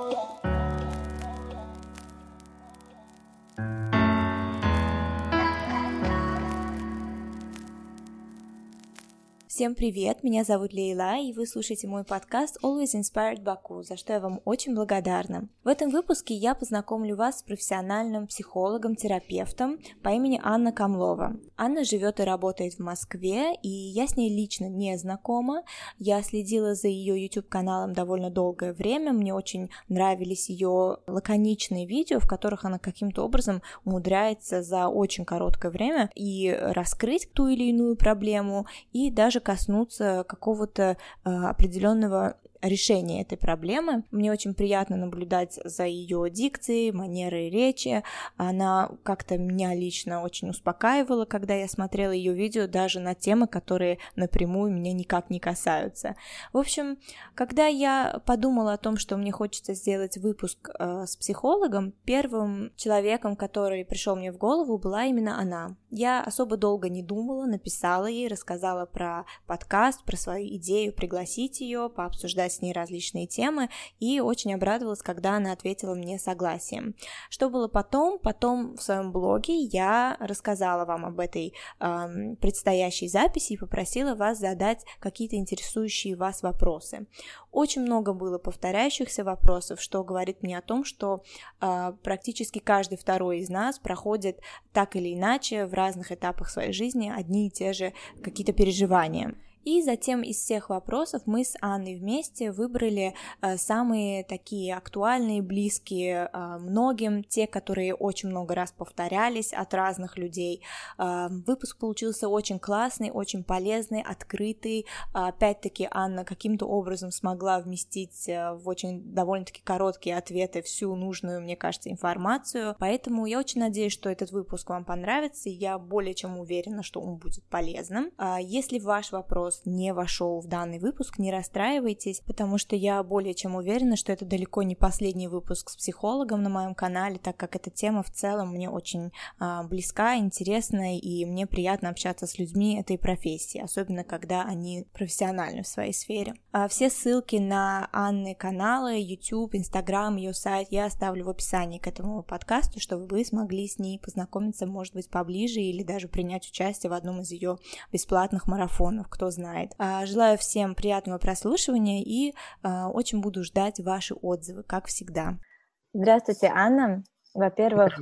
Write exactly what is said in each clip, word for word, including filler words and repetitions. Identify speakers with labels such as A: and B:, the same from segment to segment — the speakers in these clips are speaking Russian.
A: Всем привет, меня зовут Лейла, и вы слушаете мой подкаст Always Inspired Baku, за что я вам очень благодарна. В этом выпуске я познакомлю вас с профессиональным психологом-терапевтом по имени Анна Комлова. Анна живет и работает в Москве, и я с ней лично не знакома. Я следила за ее YouTube-каналом довольно долгое время, мне очень нравились ее лаконичные видео, в которых она каким-то образом умудряется за очень короткое время и раскрыть ту или иную проблему, и даже коснуться какого-то э, определенного решения этой проблемы. Мне очень приятно наблюдать за ее дикцией, манерой речи. Она как-то меня лично очень успокаивала, когда я смотрела ее видео, даже на темы, которые напрямую меня никак не касаются. В общем, когда я подумала о том, что мне хочется сделать выпуск э, с психологом, первым человеком, который пришел мне в голову, была именно она. Я особо долго не думала, написала ей, рассказала про подкаст, про свою идею пригласить ее, пообсуждать с ней различные темы, и очень обрадовалась, когда она ответила мне согласием. Что было потом? Потом в своем блоге я рассказала вам об этой э, предстоящей записи и попросила вас задать какие-то интересующие вас вопросы. Очень много было повторяющихся вопросов, что говорит мне о том, что э, практически каждый второй из нас проходит так или иначе в разных этапах своей жизни одни и те же какие-то переживания. И затем из всех вопросов мы с Анной вместе выбрали э, самые такие актуальные, близкие э, многим, те, которые очень много раз повторялись от разных людей. Э, выпуск получился очень классный, очень полезный, открытый. Э, опять-таки Анна каким-то образом смогла вместить э, в очень довольно-таки короткие ответы всю нужную, мне кажется, информацию. Поэтому я очень надеюсь, что этот выпуск вам понравится, и я более чем уверена, что он будет полезным. Э, если ваш вопрос не вошел в данный выпуск, не расстраивайтесь, потому что я более чем уверена, что это далеко не последний выпуск с психологом на моем канале, так как эта тема в целом мне очень а, близка, интересна, и мне приятно общаться с людьми этой профессии, особенно когда они профессиональны в своей сфере. А, все ссылки на Анны каналы, YouTube, Instagram, ее сайт я оставлю в описании к этому подкасту, чтобы вы смогли с ней познакомиться, может быть, поближе или даже принять участие в одном из ее бесплатных марафонов, кто знает. Желаю всем приятного прослушивания и очень буду ждать ваши отзывы, как всегда. Здравствуйте, Анна. Во-первых,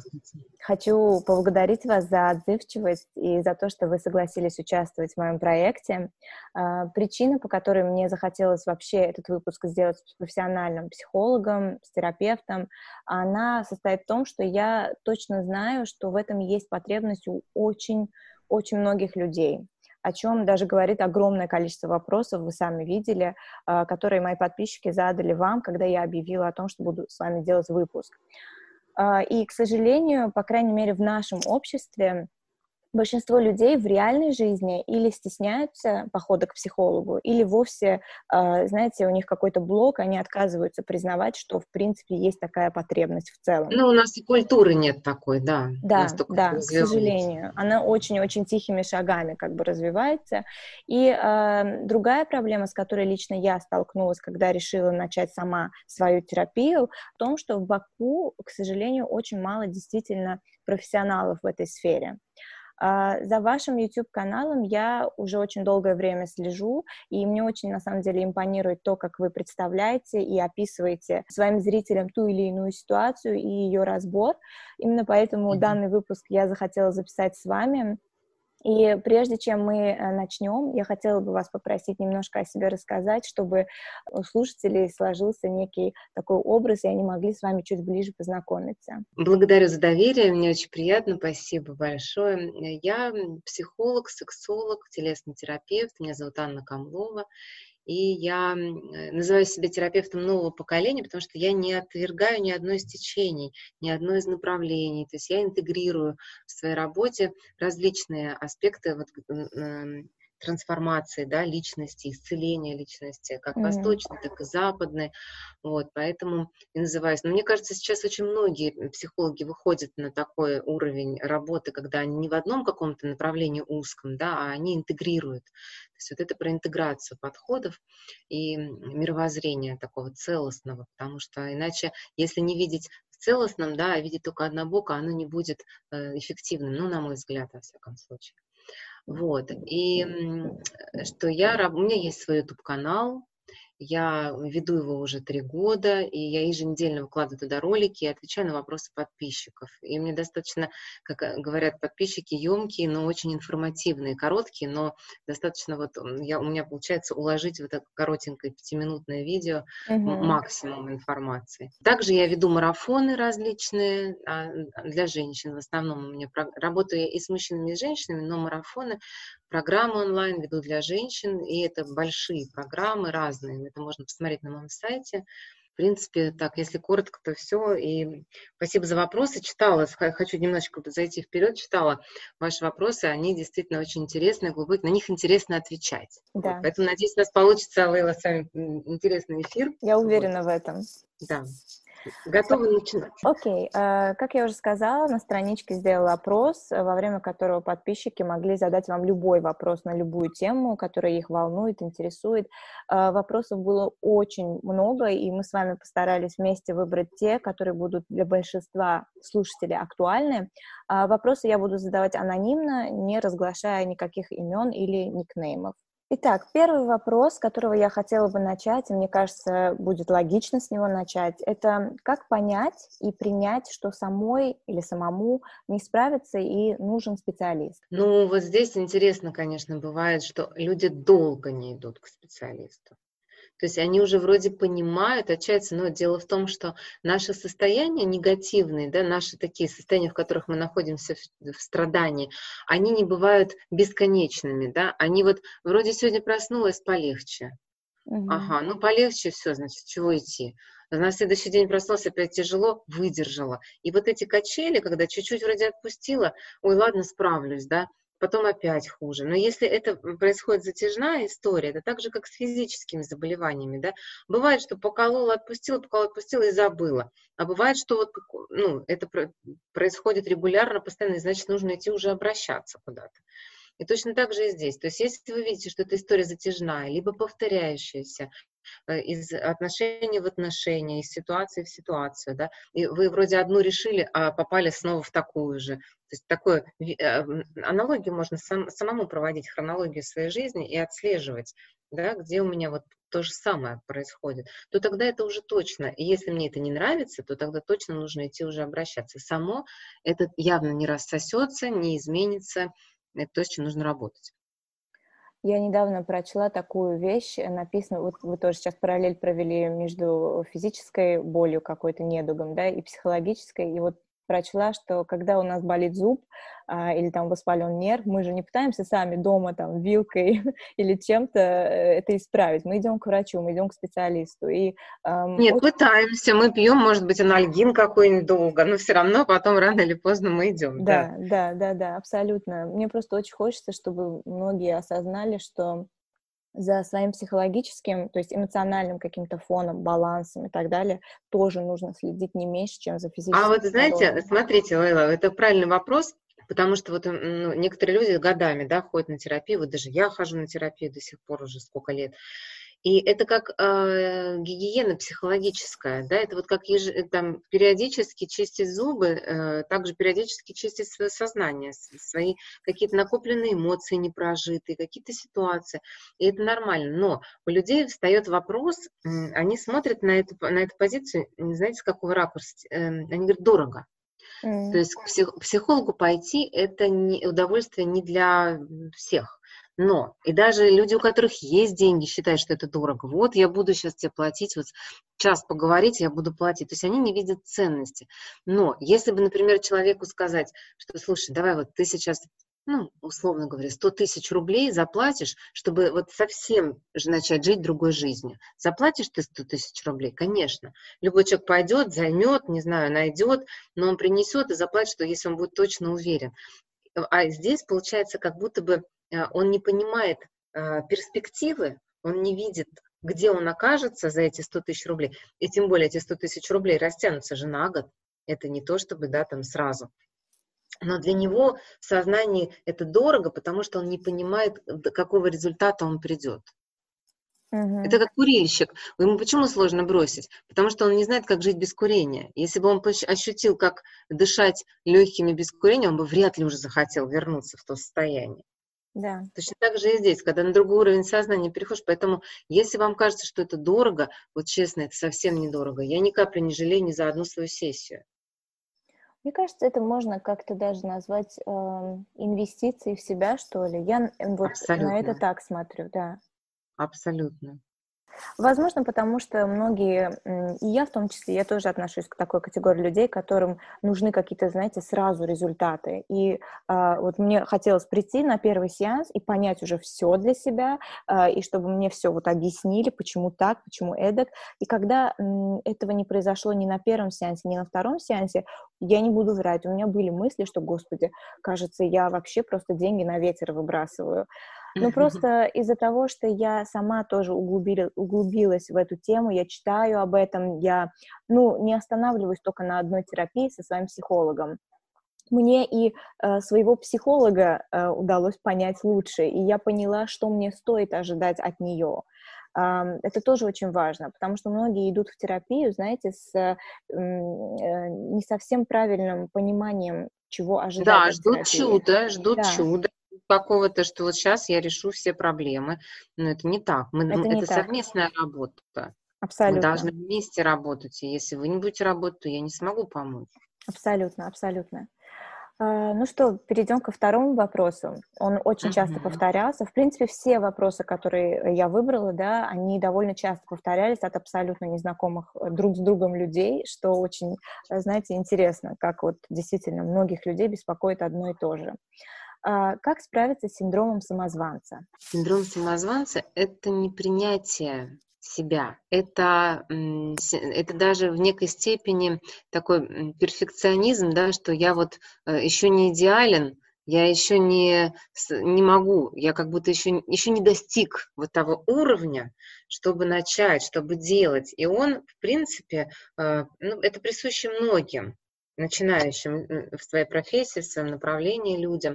A: хочу поблагодарить вас за отзывчивость и за то, что вы согласились участвовать в моем проекте. Причина, по которой мне захотелось вообще этот выпуск сделать с профессиональным психологом, с терапевтом, она состоит в том, что я точно знаю, что в этом есть потребность у очень-очень многих людей, о чем даже говорит огромное количество вопросов, вы сами видели, которые мои подписчики задали вам, когда я объявила о том, что буду с вами делать выпуск. И, к сожалению, по крайней мере, в нашем обществе большинство людей в реальной жизни или стесняются похода к психологу, или вовсе, знаете, у них какой-то блок, они отказываются признавать, что, в принципе, есть такая потребность в целом.
B: Ну, у нас и культуры нет такой, да.
A: Да, да, к сожалению. Она очень-очень тихими шагами как бы развивается. И э, другая проблема, с которой лично я столкнулась, когда решила начать сама свою терапию, в том, что в Баку, к сожалению, очень мало действительно профессионалов в этой сфере. За вашим YouTube-каналом я уже очень долгое время слежу, и мне очень, на самом деле, импонирует то, как вы представляете и описываете своим зрителям ту или иную ситуацию и ее разбор. Именно поэтому mm-hmm. данный выпуск я захотела записать с вами. И прежде чем мы начнем, я хотела бы вас попросить немножко о себе рассказать, чтобы у слушателей сложился некий такой образ, и они могли с вами чуть ближе познакомиться.
B: Благодарю за доверие, мне очень приятно, спасибо большое. Я психолог, сексолог, телесный терапевт, меня зовут Анна Комлова. И я называю себя терапевтом нового поколения, потому что я не отвергаю ни одно из течений, ни одно из направлений. То есть я интегрирую в своей работе различные аспекты вот, трансформации, да, личности, исцеления личности, как
A: Мгм.
B: восточной, так и западной. Вот, поэтому и называюсь. Но мне кажется, сейчас очень многие психологи выходят на такой уровень работы, когда они не в одном каком-то направлении узком, да, а они интегрируют. То есть вот это про интеграцию подходов и мировоззрения такого целостного, потому что иначе, если не видеть в целостном, да, а видеть только однобоко, оно не будет э, эффективным, ну, на мой взгляд, во всяком случае. Вот, и м, что я, раб- у меня есть свой YouTube-канал, я веду его уже три года, и я еженедельно выкладываю туда ролики и отвечаю на вопросы подписчиков. И мне достаточно, как э, говорят подписчики, емкие, но очень информативные, короткие, но достаточно вот м, я, у меня получается уложить в это коротенькое пятиминутное видео м-
A: Мгм.
B: максимум информации. Также я веду марафоны различные а, для женщин. В основном у меня про- работаю я и с мужчинами, и с женщинами, но марафоны, программы онлайн веду для женщин, и это большие программы, разные. Это можно посмотреть на моем сайте. В принципе, так, если коротко, то все. И спасибо за вопросы. Читала, х- хочу немножечко зайти вперед, читала ваши вопросы. Они действительно очень интересные, глубокие. На них интересно отвечать. Вот.
A: Да,
B: Поэтому, надеюсь, у нас получится, Лейла, с вами м, интересный эфир.
A: я
B: Вот.
A: уверена в этом.
B: Да. Готовы начинать?
A: Окей, э, как я уже сказала, на страничке сделала опрос, э, во время которого подписчики могли задать вам любой вопрос на любую тему, которая их волнует, интересует. Э, Вопросов было очень много, и мы с вами постарались вместе выбрать те, которые будут для большинства слушателей актуальны. А Вопросы я буду задавать анонимно, не разглашая никаких имен или никнеймов. Итак, первый вопрос, с которого я хотела бы начать, и мне кажется, будет логично с него начать, это как понять и принять, что самой или самому не справиться и нужен специалист.
B: Ну, вот здесь интересно, конечно, бывает, что люди долго не идут к специалисту. То есть они уже вроде понимают, отчасти, но дело в том, что наши состояния негативные, да, наши такие состояния, в которых мы находимся в, в страдании, они не бывают бесконечными, да, они вот вроде сегодня проснулась полегче,
A: Мгм.
B: ага, ну полегче, все, значит, чего идти. На следующий день проснулся, опять тяжело, выдержала. И вот эти качели, когда чуть-чуть вроде отпустила, ой, ладно, справлюсь, да, потом опять хуже. Но если это происходит затяжная история, это так же, как с физическими заболеваниями, да. Бывает, что поколола, отпустила, поколола, отпустила и забыла. А бывает, что вот, ну, это происходит регулярно, постоянно, и значит, нужно идти уже обращаться куда-то. И точно так же и здесь. То есть если вы видите, что эта история затяжная, либо повторяющаяся, э, из отношений в отношения, из ситуации в ситуацию, да, и вы вроде одну решили, а попали снова в такую же. То есть такое, ви- э, м, аналогию можно сам- самому проводить, хронологию своей жизни и отслеживать, да, где у меня вот то же самое происходит, то тогда это уже точно. И если мне это не нравится, то тогда точно нужно идти уже обращаться. Само это явно не рассосется, не изменится. Это то, с чем нужно работать.
A: Я недавно прочла такую вещь, э, написано, вот вы тоже сейчас параллель провели между физической болью какой-то, недугом, да, и психологической, и вот прочла, что когда у нас болит зуб а, или там воспален нерв, мы же не пытаемся сами дома там вилкой или чем-то э, это исправить, мы идем к врачу, мы идем к специалисту, и эм,
B: Нет,
A: очень
B: пытаемся, мы пьем, может быть, анальгин какой-нибудь долго, но все равно потом рано или поздно мы идем, да.
A: да, да, да, да, абсолютно. Мне просто очень хочется, чтобы многие осознали, что за своим психологическим, то есть эмоциональным каким-то фоном, балансом и так далее, тоже нужно следить не меньше, чем за
B: А
A: физическим
B: вот знаете,
A: здоровьем.
B: смотрите, Лейла, это правильный вопрос, потому что вот м, ну, некоторые люди годами, да, ходят на терапию, вот даже я хожу на терапию до сих пор уже сколько лет. И это как э, гигиена психологическая, да, это вот как еж... э, там, периодически чистить зубы, э, также периодически чистить свое сознание, с- свои какие-то накопленные эмоции непрожитые, какие-то ситуации, и это нормально. Но у людей встает вопрос, м, они смотрят на эту, на эту позицию, не знаете, с какого ракурса, э, они говорят, дорого. То
A: М.
B: есть к псих- психологу пойти – это не, удовольствие не для всех. Но и даже люди, у которых есть деньги, считают, что это дорого. Вот я буду сейчас тебе платить, вот час поговорить, я буду платить. То есть они не видят ценности. Но если бы, например, человеку сказать, что, слушай, давай вот ты сейчас, ну, условно говоря, сто тысяч рублей заплатишь, чтобы вот совсем же начать жить другой жизнью. Заплатишь ты сто тысяч рублей? Конечно. Любой человек пойдет, займет, не знаю, найдет, но он принесет и заплатит, что если он будет точно уверен. А здесь получается, как будто бы э, он не понимает э, перспективы, он не видит, где он окажется за эти сто тысяч рублей. И тем более эти сто тысяч рублей растянутся же на год. Это не то, чтобы, да, там сразу. Но для него в сознании это дорого, потому что он не понимает, до какого результата он придет.
A: Мгм.
B: Это как курильщик. Ему почему сложно бросить? Потому что он не знает, как жить без курения. Если бы он поч- ощутил, как дышать легкими без курения, он бы вряд ли уже захотел вернуться в то состояние.
A: Да.
B: Точно так же и здесь, когда на другой уровень сознания переходишь. Поэтому, если вам кажется, что это дорого, вот честно, это совсем недорого. Я ни капли не жалею ни за одну свою сессию.
A: Мне кажется, это можно как-то даже назвать эм, инвестицией в себя, что ли. Я н- вот на это
B: Абсолютно.
A: так смотрю, да.
B: Абсолютно.
A: Возможно, потому что многие, м, и я в том числе, я тоже отношусь к такой категории людей, которым нужны какие-то, знаете, сразу результаты. И а, вот мне хотелось прийти на первый сеанс и понять уже все для себя, а, и чтобы мне все вот объяснили, почему так, почему эдак. И когда м, этого не произошло ни на первом сеансе, ни на втором сеансе, я не буду врать, у меня были мысли, что, господи, кажется, я вообще просто деньги на ветер выбрасываю. Ну, просто из-за того, что я сама тоже углубили, углубилась в эту тему, я читаю об этом, я, ну, не останавливаюсь только на одной терапии со своим психологом. Мне и э, своего психолога э, удалось понять лучше, и я поняла, что мне стоит ожидать от нее. Ам, это тоже очень важно, потому что многие идут в терапию, знаете, с э, м, э, не совсем правильным пониманием, чего ожидать
B: Да,
A: от
B: ждут
A: терапии.
B: чуда, ждут
A: Да,
B: чуда какого-то, что вот сейчас я решу все проблемы. Но это не так. Мы, м,
A: это не
B: это
A: так,
B: совместная работа. Мы должны
A: абсолютно.
B: вместе работать. И если вы не будете работать, то я не смогу помочь.
A: Абсолютно, абсолютно. А, Ну что, перейдем ко второму вопросу. Он очень часто
B: Мгм.
A: повторялся. В принципе, все вопросы, которые я выбрала, да, они довольно часто повторялись от абсолютно незнакомых э, друг с другом людей, что очень, э, знаете, интересно, как вот действительно многих людей беспокоит одно и то же. А, Как справиться с синдромом самозванца?
B: Синдром самозванца– это не принятие себя. Это, м, с- это даже в некой степени такой м, перфекционизм, да, что я вот еще не идеален, я еще не, с- не могу, я как будто еще, еще не достиг вот того уровня, чтобы начать, чтобы делать. И он, в принципе, э, ну, это присуще многим начинающим м, в своей профессии, в своем направлении людям.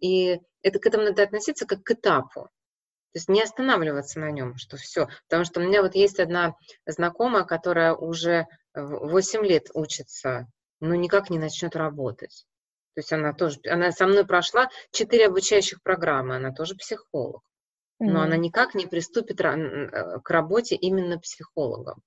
B: И это к этому надо относиться как к этапу. То есть не останавливаться на нем, что все. Потому что у меня вот есть одна знакомая, которая уже восемь лет учится, но никак не начнет работать. То есть она тоже, она со мной прошла четыре обучающих программы, она тоже психолог, но она
A: Мгм.
B: никак не приступит ра- н- э, к работе именно психологом.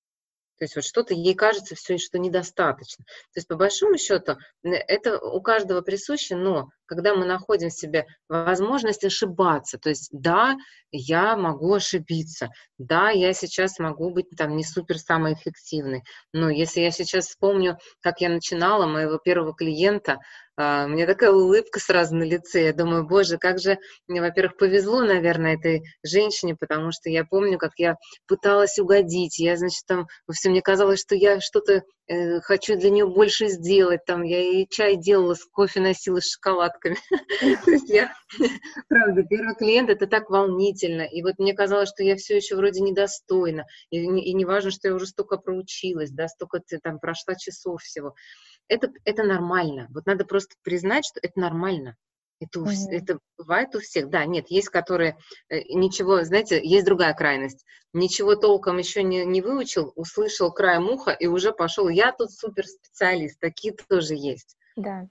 B: То есть вот что-то ей кажется все, что недостаточно. То есть по большому счету это у каждого присуще, но когда мы находим в себе возможность ошибаться, то есть да, я могу ошибиться, да, я сейчас могу быть там не супер самой эффективной, но если я сейчас вспомню, как я начинала моего первого клиента, а, у меня такая улыбка сразу на лице, я думаю, боже, как же мне, во-первых, повезло, наверное, этой женщине, потому что я помню, как я пыталась угодить. Я, значит, там, все мне казалось, что я что-то э, хочу для нее больше сделать. Там я ей чай делала, с кофе носила с шоколадками. То есть я, правда, первый клиент, это так волнительно. И вот мне казалось, что я все еще вроде недостойна. И, не- и не важно, что я уже столько проучилась, да, столько ты там прошла часов всего. Это, это нормально. Вот надо просто признать, что это нормально. Это, у вс-
A: Мгм.
B: это бывает у всех. Да, нет, есть, которые э, ничего, знаете, есть другая крайность. Ничего толком еще не, не выучил, услышал краем уха и уже пошел. Я тут суперспециалист. Такие тоже есть.
A: Да.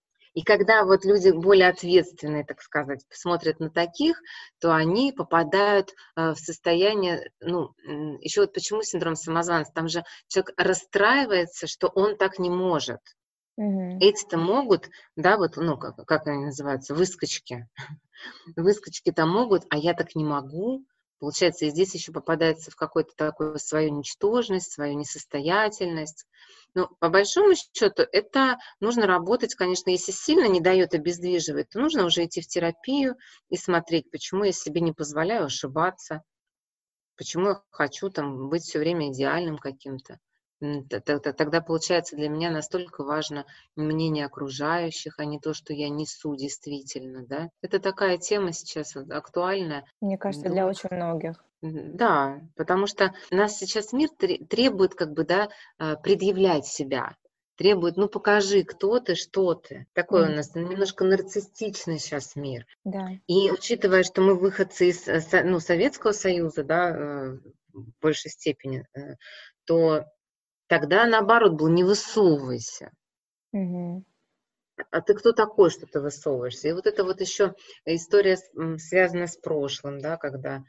B: И когда вот люди более ответственные, так сказать, смотрят на таких, то они попадают э, в состояние, ну, еще вот почему синдром самозванца, там же человек расстраивается, что он так не может.
A: Мгм.
B: Эти-то могут, да, вот, ну, как, как они называются, выскочки. Выскочки-то могут, а я так не могу. Получается, и здесь еще попадается в какую-то такую свою ничтожность, свою несостоятельность. Но по большому счету это нужно работать, конечно, если сильно не дает обездвиживать, то нужно уже идти в терапию и смотреть, почему я себе не позволяю ошибаться, почему я хочу там быть все время идеальным каким-то. тогда, получается, для меня настолько важно мнение окружающих, а не то, что я несу действительно, да. Это такая тема сейчас актуальная.
A: Мне кажется, для
B: Думаю,
A: очень многих.
B: да, потому что нас сейчас мир требует, как бы, да, предъявлять себя. Требует, ну, покажи, кто ты, что ты. Такой mm. у нас немножко нарциссичный сейчас мир.
A: Да.
B: И учитывая, что мы выходцы из, ну, Советского Союза, да, в большей степени, то тогда, наоборот, был не высовывайся.
A: Mm-hmm.
B: А ты кто такой, что ты высовываешься? И вот это вот еще история, связанная с прошлым, да, когда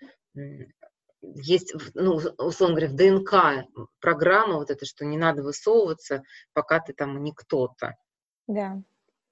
B: есть, ну, условно говоря, в ДНК программа вот эта, что не надо высовываться, пока ты там не кто-то.
A: Да.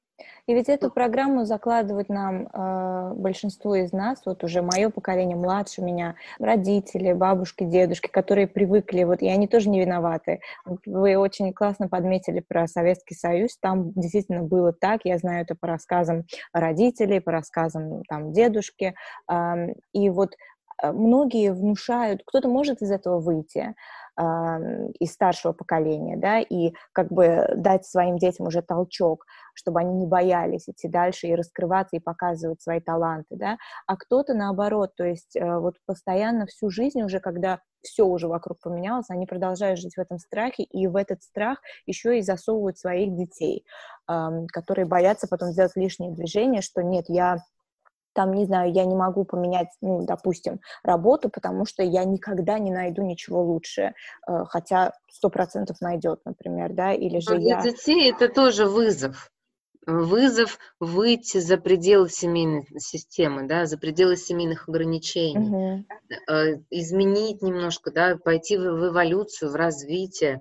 A: И ведь эту программу закладывают нам э, большинство из нас, вот уже мое поколение, младше меня, родители, бабушки, дедушки, которые привыкли, вот, и они тоже не виноваты. Вы очень классно подметили про Советский Союз, там действительно было так, я знаю это по рассказам родителей, по рассказам там дедушки, э, и вот многие внушают, кто-то может из этого выйти, э, из старшего поколения, да, и как бы дать своим детям уже толчок, чтобы они не боялись идти дальше и раскрываться, и показывать свои таланты, да, а кто-то наоборот, то есть э, вот постоянно всю жизнь уже, когда все уже вокруг поменялось, они продолжают жить в этом страхе, и в этот страх еще и засовывают своих детей, э, которые боятся потом сделать лишние движения, что нет, я... там, не знаю, я не могу поменять, ну, допустим, работу, потому что я никогда не найду ничего лучше, хотя сто процентов найдет, например, да, или же
B: Но для
A: я...
B: детей это тоже вызов. Вызов выйти за пределы семейной системы, да, за пределы семейных ограничений,
A: Угу.
B: изменить немножко, да, пойти в, в эволюцию, в развитие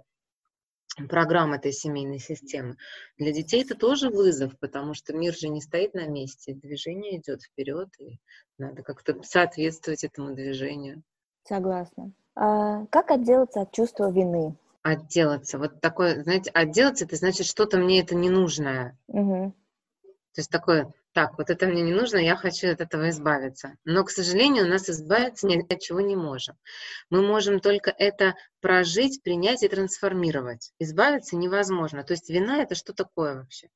B: программ этой семейной системы. Для детей это тоже вызов, потому что мир же не стоит на месте, движение идет вперед, и надо как-то соответствовать этому движению.
A: Согласна. А как отделаться от чувства вины?
B: Отделаться. Вот такое, знаете, отделаться, это значит, что-то мне это ненужное.
A: Угу.
B: То есть такое, так, вот это мне не нужно, я хочу от этого избавиться. Но, к сожалению, у нас избавиться ни от чего не можем. Мы можем только это прожить, принять и трансформировать. Избавиться невозможно. То есть вина – это что такое вообще?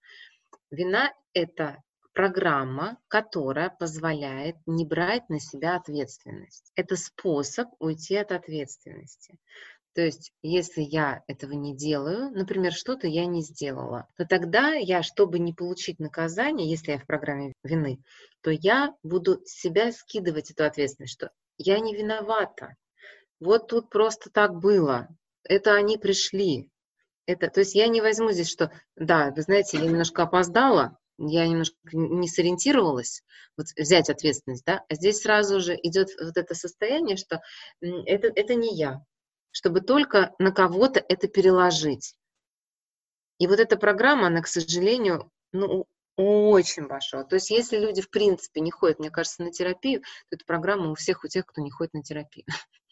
B: Вина – это программа, которая позволяет не брать на себя ответственность. Это способ уйти от ответственности. То есть, если я этого не делаю, например, что-то я не сделала, то тогда я, чтобы не получить наказание, если я в программе вины, то я буду с себя скидывать эту ответственность, что я не виновата. Вот тут просто так было. Это они пришли. Это, то есть я не возьму здесь, что, да, вы знаете, я немножко опоздала, я немножко не сориентировалась, вот взять ответственность, да, а здесь сразу же идет вот это состояние, что это, это не я, чтобы только на кого-то это переложить. И вот эта программа, она, к сожалению, ну, очень большая. То есть если люди, в принципе, не ходят, мне кажется, на терапию, то эта программа у всех, у тех, кто не ходит на терапию.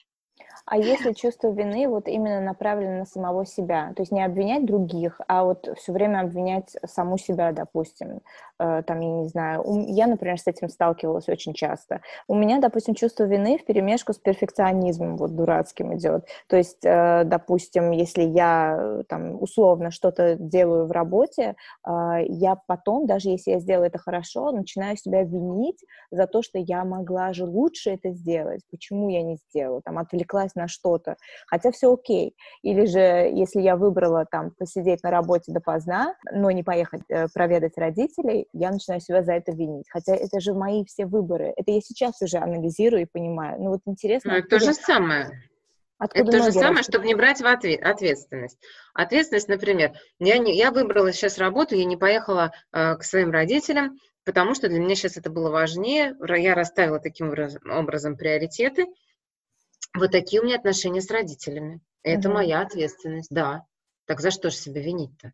A: А если чувство вины вот именно направлено на самого себя, то есть не обвинять других, а вот все время обвинять саму себя, допустим, э, там, я не знаю, у, я, например, с этим сталкивалась очень часто. У меня, допустим, чувство вины вперемешку с перфекционизмом вот дурацким идет. То есть, э, допустим, если я там условно что-то делаю в работе, э, я потом, даже если я сделаю это хорошо, начинаю себя винить за то, что я могла же лучше это сделать, почему я не сделала, там, отвлеклась на что-то, хотя все окей. Или же, если я выбрала там посидеть на работе допоздна, но не поехать э, проведать родителей, я начинаю себя за это винить. Хотя это же мои все выборы. Это я сейчас уже анализирую и понимаю. Ну вот интересно,
B: Ну,
A: откуда...
B: это то же самое.
A: Откуда
B: это то же самое,
A: растут?
B: чтобы не брать в ответ, ответственность. Ответственность, например, я, не, я выбрала сейчас работу, я не поехала э, к своим родителям, потому что для меня сейчас это было важнее. Я расставила таким образом, образом приоритеты. Вот такие у меня отношения с родителями. Это
A: Угу.
B: моя ответственность, да. Так за что же себя винить-то?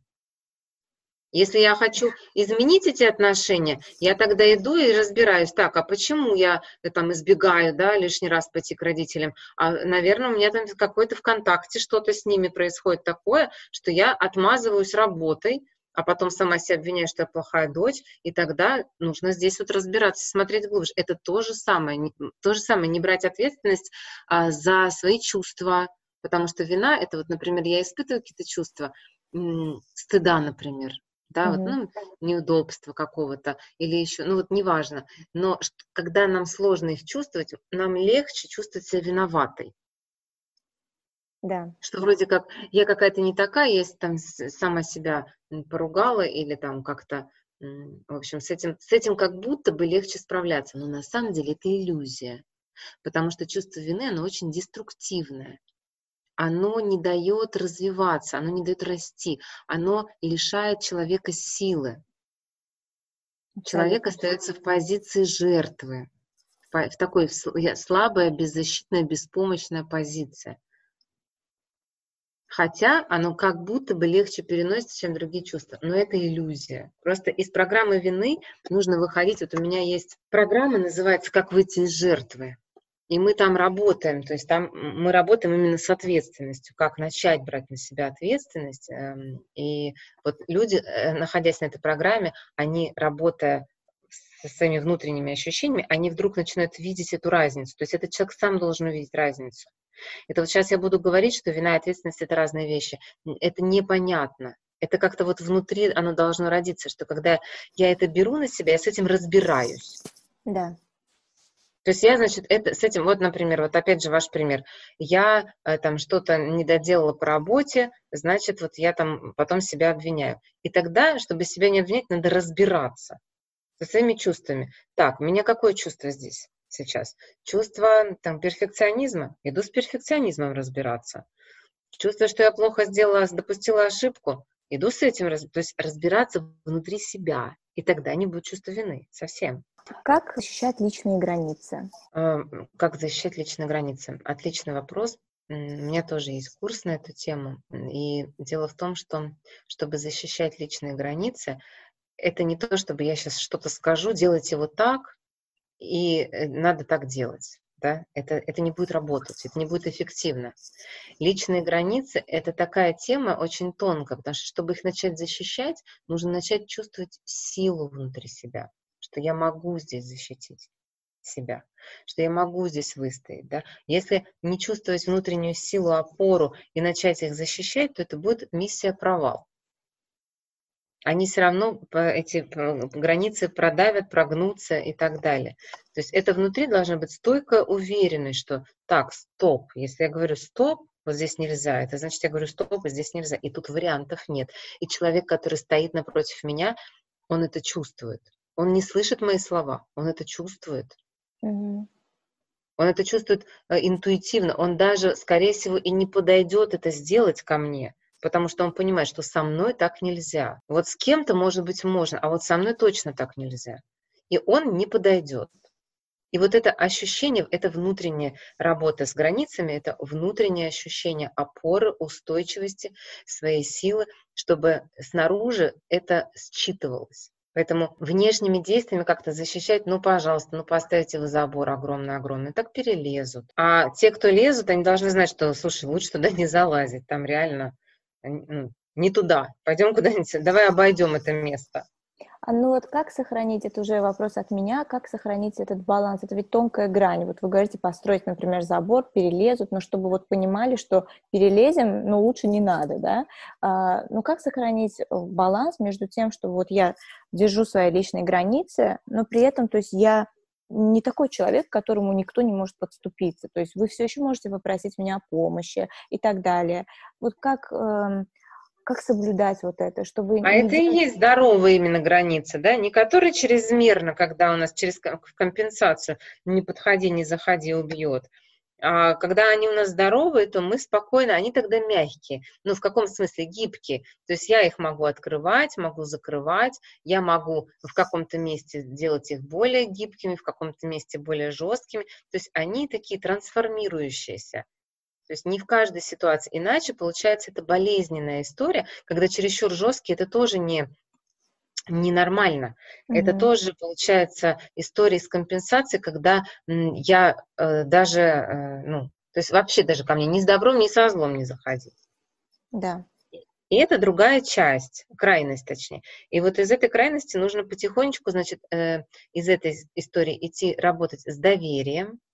B: Если я хочу изменить эти отношения, я тогда иду и разбираюсь, так, а почему я там избегаю, да, лишний раз пойти к родителям? А, наверное, у меня там какой-то ВКонтакте что-то с ними происходит такое, что я отмазываюсь работой, а потом сама себя обвиняю, что я плохая дочь, и тогда нужно здесь вот разбираться, смотреть глубже. Это то же самое, то же самое, не брать ответственность а, за свои чувства, Потому что вина, это вот, например, я испытываю какие-то чувства, м, стыда, например, да, вот,
A: Мгм.
B: ну, неудобства какого-то, или еще, ну, вот неважно. Но ш- когда нам сложно их чувствовать, нам легче чувствовать себя виноватой.
A: Да.
B: Что вроде как я какая-то не такая, я с- там с- сама себя м, поругала или там как-то, м, в общем, с этим, с этим как будто бы легче справляться. Но на самом деле это иллюзия, потому что чувство вины, оно очень деструктивное. Оно не дает развиваться, оно не дает расти, оно лишает человека силы. Человек
A: Абсолютно.
B: остается в позиции жертвы, в по- в такой сл- я- слабая, беззащитная, беспомощная позиция. Хотя оно как будто бы легче переносится, чем другие чувства. Но это иллюзия. Просто из программы вины нужно выходить. Вот у меня есть программа, называется «Как выйти из жертвы». И мы там работаем, то есть там мы работаем именно с ответственностью, как начать брать на себя ответственность. эм, И вот люди, э, находясь на этой программе, они, работая со своими внутренними ощущениями, они вдруг начинают видеть эту разницу. То есть этот человек сам должен увидеть разницу. Это вот сейчас я буду говорить, что вина и ответственность – это разные вещи. Это непонятно. Это как-то вот внутри оно должно родиться, что когда я это беру на себя, я с этим разбираюсь.
A: Да.
B: То есть я, значит, это, с этим, вот, например, вот опять же ваш пример. Я э, там что-то не доделала по работе, значит, вот я там потом себя обвиняю. И тогда, чтобы себя не обвинять, надо разбираться со своими чувствами. Так, у меня какое чувство здесь сейчас? Чувство там перфекционизма? Иду с перфекционизмом разбираться. Чувство, что я плохо сделала, допустила ошибку? Иду с этим, раз- то есть разбираться внутри себя. И тогда не будет чувства вины совсем.
A: Как защищать личные границы?
B: А, Как защищать личные границы? Отличный вопрос. М, У меня тоже есть курс на эту тему. М, И дело в том, что чтобы защищать личные границы, это не то, чтобы я сейчас что-то скажу, делайте вот так, и э, надо так делать. Да? Это, это не будет работать, это не будет эффективно. Личные границы – это такая тема очень тонкая, потому что, чтобы их начать защищать, нужно начать чувствовать силу внутри себя, что я могу здесь защитить себя, что я могу здесь выстоять. Да? Если не чувствовать внутреннюю силу, опору и начать их защищать, то это будет миссия-провал. Они все равно по эти п- границы продавят, прогнутся и так далее. То есть это внутри должна быть стойкая уверенность, что так, стоп, если я говорю стоп, вот здесь нельзя, это значит, я говорю стоп, и здесь нельзя, и тут вариантов нет. И человек, который стоит напротив меня, он это чувствует. Он не слышит мои слова, он это чувствует.
A: Мгм.
B: Он это чувствует э, интуитивно. Он даже, скорее всего, и не подойдет это сделать ко мне, потому что он понимает, что со мной так нельзя. Вот с кем-то, может быть, можно, а вот со мной точно так нельзя. И он не подойдет. И вот это ощущение, это внутренняя работа с границами, это внутреннее ощущение опоры, устойчивости, своей силы, чтобы снаружи это считывалось. Поэтому внешними действиями как-то защищать, ну, пожалуйста, ну, поставьте вы забор огромный-огромный, так перелезут. А те, кто лезут, они должны знать, что, слушай, лучше туда не залазить, там реально ну, не туда, пойдем куда-нибудь, давай обойдем это место.
A: А ну вот как сохранить, это уже вопрос от меня, как сохранить этот баланс? Это ведь тонкая грань. Вот вы говорите, построить, например, забор, перелезут, но чтобы вот понимали, что перелезем, но лучше не надо, да? А, ну как сохранить баланс между тем, что вот я держу свои личные границы, но при этом, то есть я не такой человек, к которому никто не может подступиться. То есть вы все еще можете попросить меня о помощи и так далее. Вот как... эм, как соблюдать вот это, чтобы
B: А
A: не
B: это и
A: делать...
B: есть здоровые именно границы, да, не которые чрезмерно, когда у нас через ком- компенсацию не подходи, не заходи, убьет. А когда они у нас здоровые, то мы спокойно, они тогда мягкие, ну в каком смысле гибкие. То есть я их могу открывать, могу закрывать, я могу в каком-то месте делать их более гибкими, в каком-то месте более жесткими. То есть они такие трансформирующиеся. То есть не в каждой ситуации. Иначе получается это болезненная история, когда чересчур жесткий, это тоже не, ненормально. Это
A: Мгм.
B: тоже получается история с компенсацией, когда м, я э, даже, э, ну, то есть вообще даже ко мне ни с добром, ни со злом не заходить.
A: Да.
B: И это другая часть, крайность точнее. И вот из этой крайности нужно потихонечку, значит, э, из этой истории идти работать с доверием,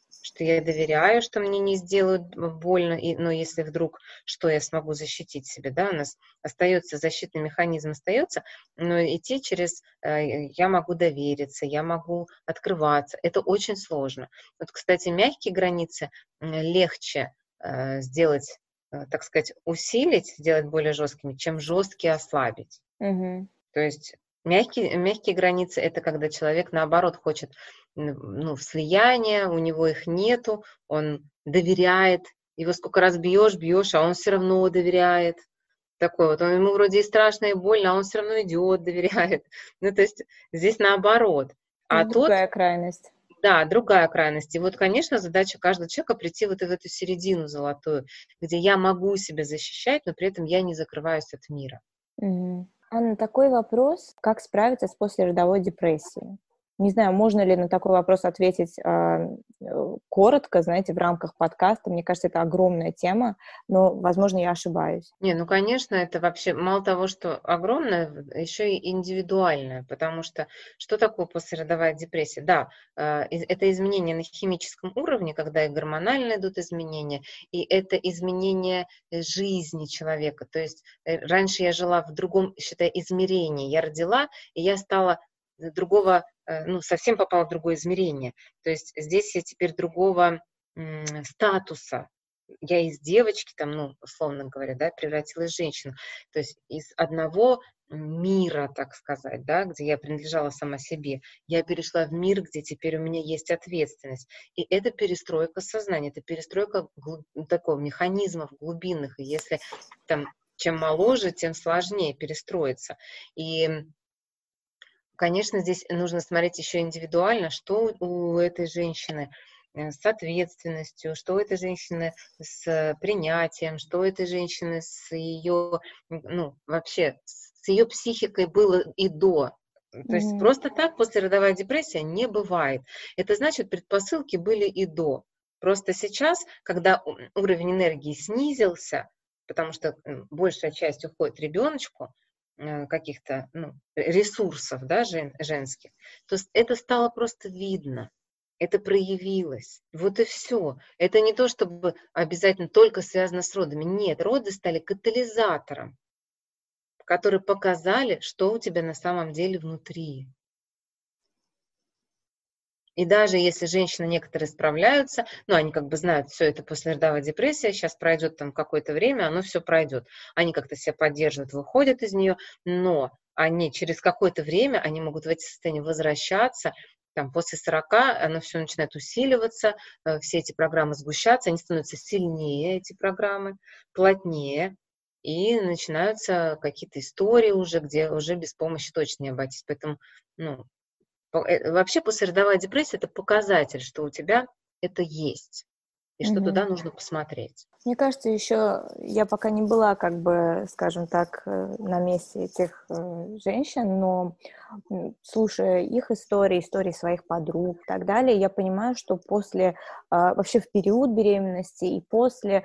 B: что я доверяю, что мне не сделают больно, и, но если вдруг, что я смогу защитить себя, да, у нас остается, защитный механизм остается, но идти через, э, я могу довериться, я могу открываться, это очень сложно. Вот, кстати, мягкие границы легче э, сделать, э, так сказать, усилить, сделать более жесткими, чем жесткие ослабить.
A: Угу.
B: То есть мягкие, мягкие границы – это когда человек, наоборот, хочет ну, слияния, у него их нету, он доверяет, его сколько раз бьешь, бьешь, а он все равно доверяет. Такой вот, он, ему вроде и страшно, и больно, а он все равно идет, доверяет. Ну, то есть здесь наоборот. А тот,
A: Другая крайность.
B: да, другая крайность. И вот, конечно, задача каждого человека прийти вот в эту середину золотую, где я могу себя защищать, но при этом я не закрываюсь от мира.
A: Угу. Анна, такой вопрос, как справиться с послеродовой депрессией? Не знаю, можно ли на такой вопрос ответить э, коротко, знаете, в рамках подкаста. Мне кажется, это огромная тема, но, возможно, я ошибаюсь.
B: Не, ну, конечно, это вообще мало того, что огромное, еще и индивидуальное, потому что что такое послеродовая депрессия? Да, э, это изменения на химическом уровне, когда и гормонально идут изменения, и это изменение жизни человека. То есть э, раньше я жила в другом, считай, измерении. Я родила, и я стала другого, э, ну, совсем попала в другое измерение. То есть здесь я теперь другого м, статуса. Я из девочки, там, ну, условно говоря, да, превратилась в женщину. То есть из одного мира, так сказать, да, где я принадлежала сама себе, я перешла в мир, где теперь у меня есть ответственность. И это перестройка сознания, это перестройка глуб... такого механизмов глубинных. И если там чем моложе, тем сложнее перестроиться. И, конечно, здесь нужно смотреть еще индивидуально, что у этой женщины с ответственностью, что у этой женщины с принятием, что у этой женщины с ее, ну, вообще, с ее психикой было и до. То есть
A: Угу.
B: просто так послеродовая депрессия не бывает. Это значит, предпосылки были и до. Просто сейчас, когда уровень энергии снизился, потому что большая часть уходит ребеночку, каких-то ну, ресурсов, да, жен, женских, то это стало просто видно. Это проявилось. Вот и все. Это не то, чтобы обязательно только связано с родами. Нет, роды стали катализатором, которые показали, что у тебя на самом деле внутри. И даже если женщины некоторые справляются, ну, они как бы знают, все это послеродовая депрессия, сейчас пройдет там какое-то время, оно все пройдет. Они как-то себя поддерживают, выходят из нее, но они через какое-то время, они могут в эти состояния возвращаться, там, после сорока оно все начинает усиливаться, все эти программы сгущаться, они становятся сильнее, эти программы, плотнее, и начинаются какие-то истории уже, где уже без помощи точно не обойтись. Поэтому, ну, вообще послеродовая депрессия – это показатель, что у тебя это есть, и что
A: Угу.
B: туда нужно посмотреть.
A: Мне кажется, еще я пока не была, как бы, скажем так, на месте этих женщин, но слушая их истории, истории своих подруг и так далее, я понимаю, что после, вообще в период беременности и после,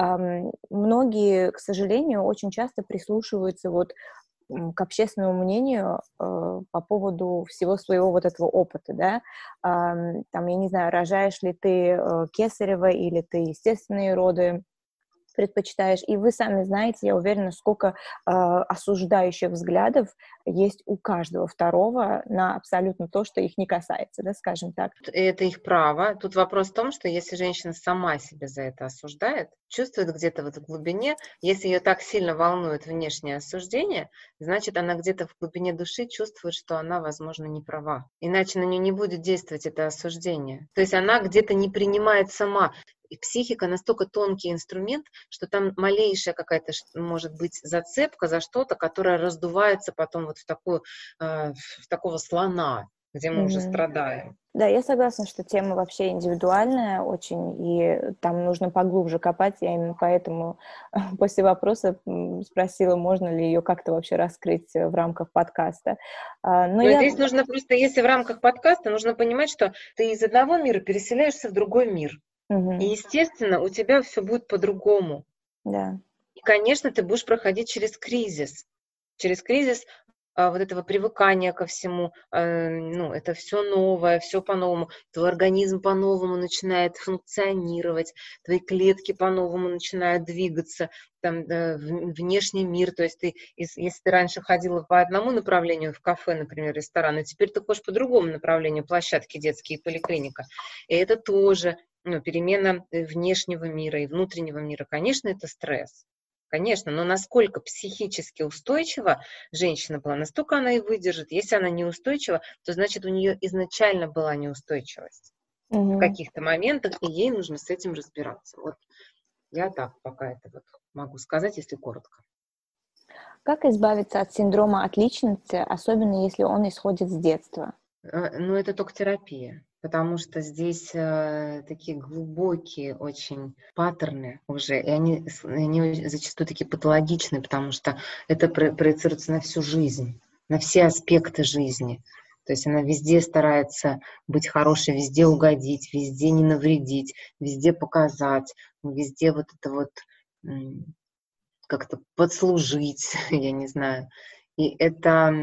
A: многие, к сожалению, очень часто прислушиваются вот к общественному мнению э, по поводу всего своего вот этого опыта, да, э, там, я не знаю, рожаешь ли ты э, кесарево или ты естественные роды предпочитаешь, и вы сами знаете, я уверена, сколько э, осуждающих взглядов есть у каждого второго на абсолютно то, что их не касается, да, скажем так.
B: Это их право. Тут вопрос в том, что если женщина сама себя за это осуждает, чувствует где-то вот в глубине, если ее так сильно волнует внешнее осуждение, значит, она где-то в глубине души чувствует, что она, возможно, не права. Иначе на нее не будет действовать это осуждение. То есть она где-то не принимает сама. И психика настолько тонкий инструмент, что там малейшая какая-то может быть зацепка за что-то, которая раздувается потом вот в такую, э, в такого слона, где мы mm-hmm. уже страдаем.
A: Да, я согласна, что тема вообще индивидуальная очень, и там нужно поглубже копать. Я именно поэтому после вопроса спросила, можно ли ее как-то вообще раскрыть в рамках подкаста.
B: Но, Но я... здесь нужно просто, если в рамках подкаста, нужно понимать, что ты из одного мира переселяешься в другой мир. Угу. И, естественно, у тебя все будет по-другому.
A: Да.
B: И, конечно, ты будешь проходить через кризис. Через кризис а, вот этого привыкания ко всему, э, ну, это все новое, все по-новому, твой организм по-новому начинает функционировать, твои клетки по-новому начинают двигаться, там, э, в- внешний мир, то есть ты, ес- если ты раньше ходила по одному направлению в кафе, например, ресторан, а теперь ты ходишь по другому направлению, площадки детские, поликлиника, и это тоже, ну, перемена э, внешнего мира и внутреннего мира, конечно, это стресс. Конечно, но насколько психически устойчива женщина была, настолько она и выдержит. Если она неустойчива, то значит у нее изначально была неустойчивость в
A: Мгм.
B: каких-то моментах, и ей нужно с этим разбираться. Вот я так пока это вот могу сказать, если коротко.
A: Как избавиться от синдрома отличницы, особенно если он исходит с детства?
B: Э, Ну, это только терапия, потому что здесь э, такие глубокие очень паттерны уже, и они, с- они очень- зачастую такие патологичные, потому что это про- проецируется на всю жизнь, на все аспекты жизни. То есть она везде старается быть хорошей, везде угодить, везде не навредить, везде показать, везде вот это вот м, как-то подслужить, я не знаю. И это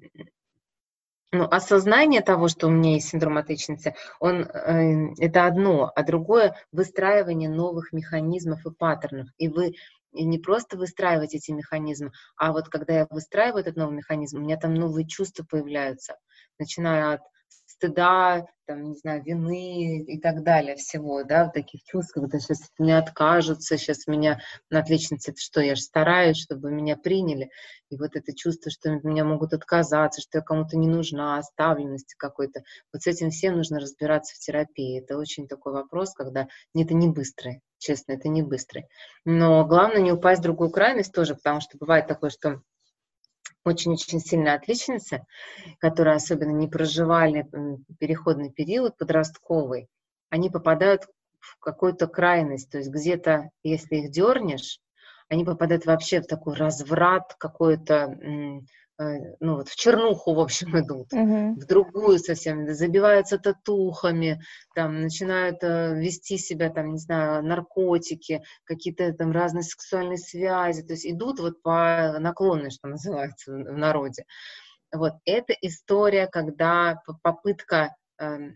B: ну, осознание того, что у меня есть синдром отличницы, он, э, это одно, а другое — выстраивание новых механизмов и паттернов. И вы и не просто выстраивать эти механизмы, а вот когда я выстраиваю этот новый механизм, у меня там новые чувства появляются, начиная от стыда, там, не знаю, вины и так далее, всего, да, вот таких чувств, когда сейчас от меня откажутся, сейчас меня на отличнице, это что, я же стараюсь, чтобы меня приняли. И вот это чувство, что от меня могут отказаться, что я кому-то не нужна, оставленности какой-то. Вот с этим всем нужно разбираться в терапии. Это очень такой вопрос, когда это не быстрый, честно, это не быстрый. Но главное не упасть в другую крайность тоже, потому что бывает такое, что очень-очень сильная отличница, которые особенно не проживали м, переходный период подростковый, они попадают в какую-то крайность. То есть где-то, если их дернешь, они попадают вообще в такой разврат, какой-то, м, э, ну вот в чернуху, в общем, идут,
A: Мгм.
B: в другую совсем, забиваются татухами, там, начинают э, вести себя, там, не знаю, наркотики, какие-то там разные сексуальные связи, то есть идут вот по наклонной, что называется в народе. Вот это история, когда п- попытка эм,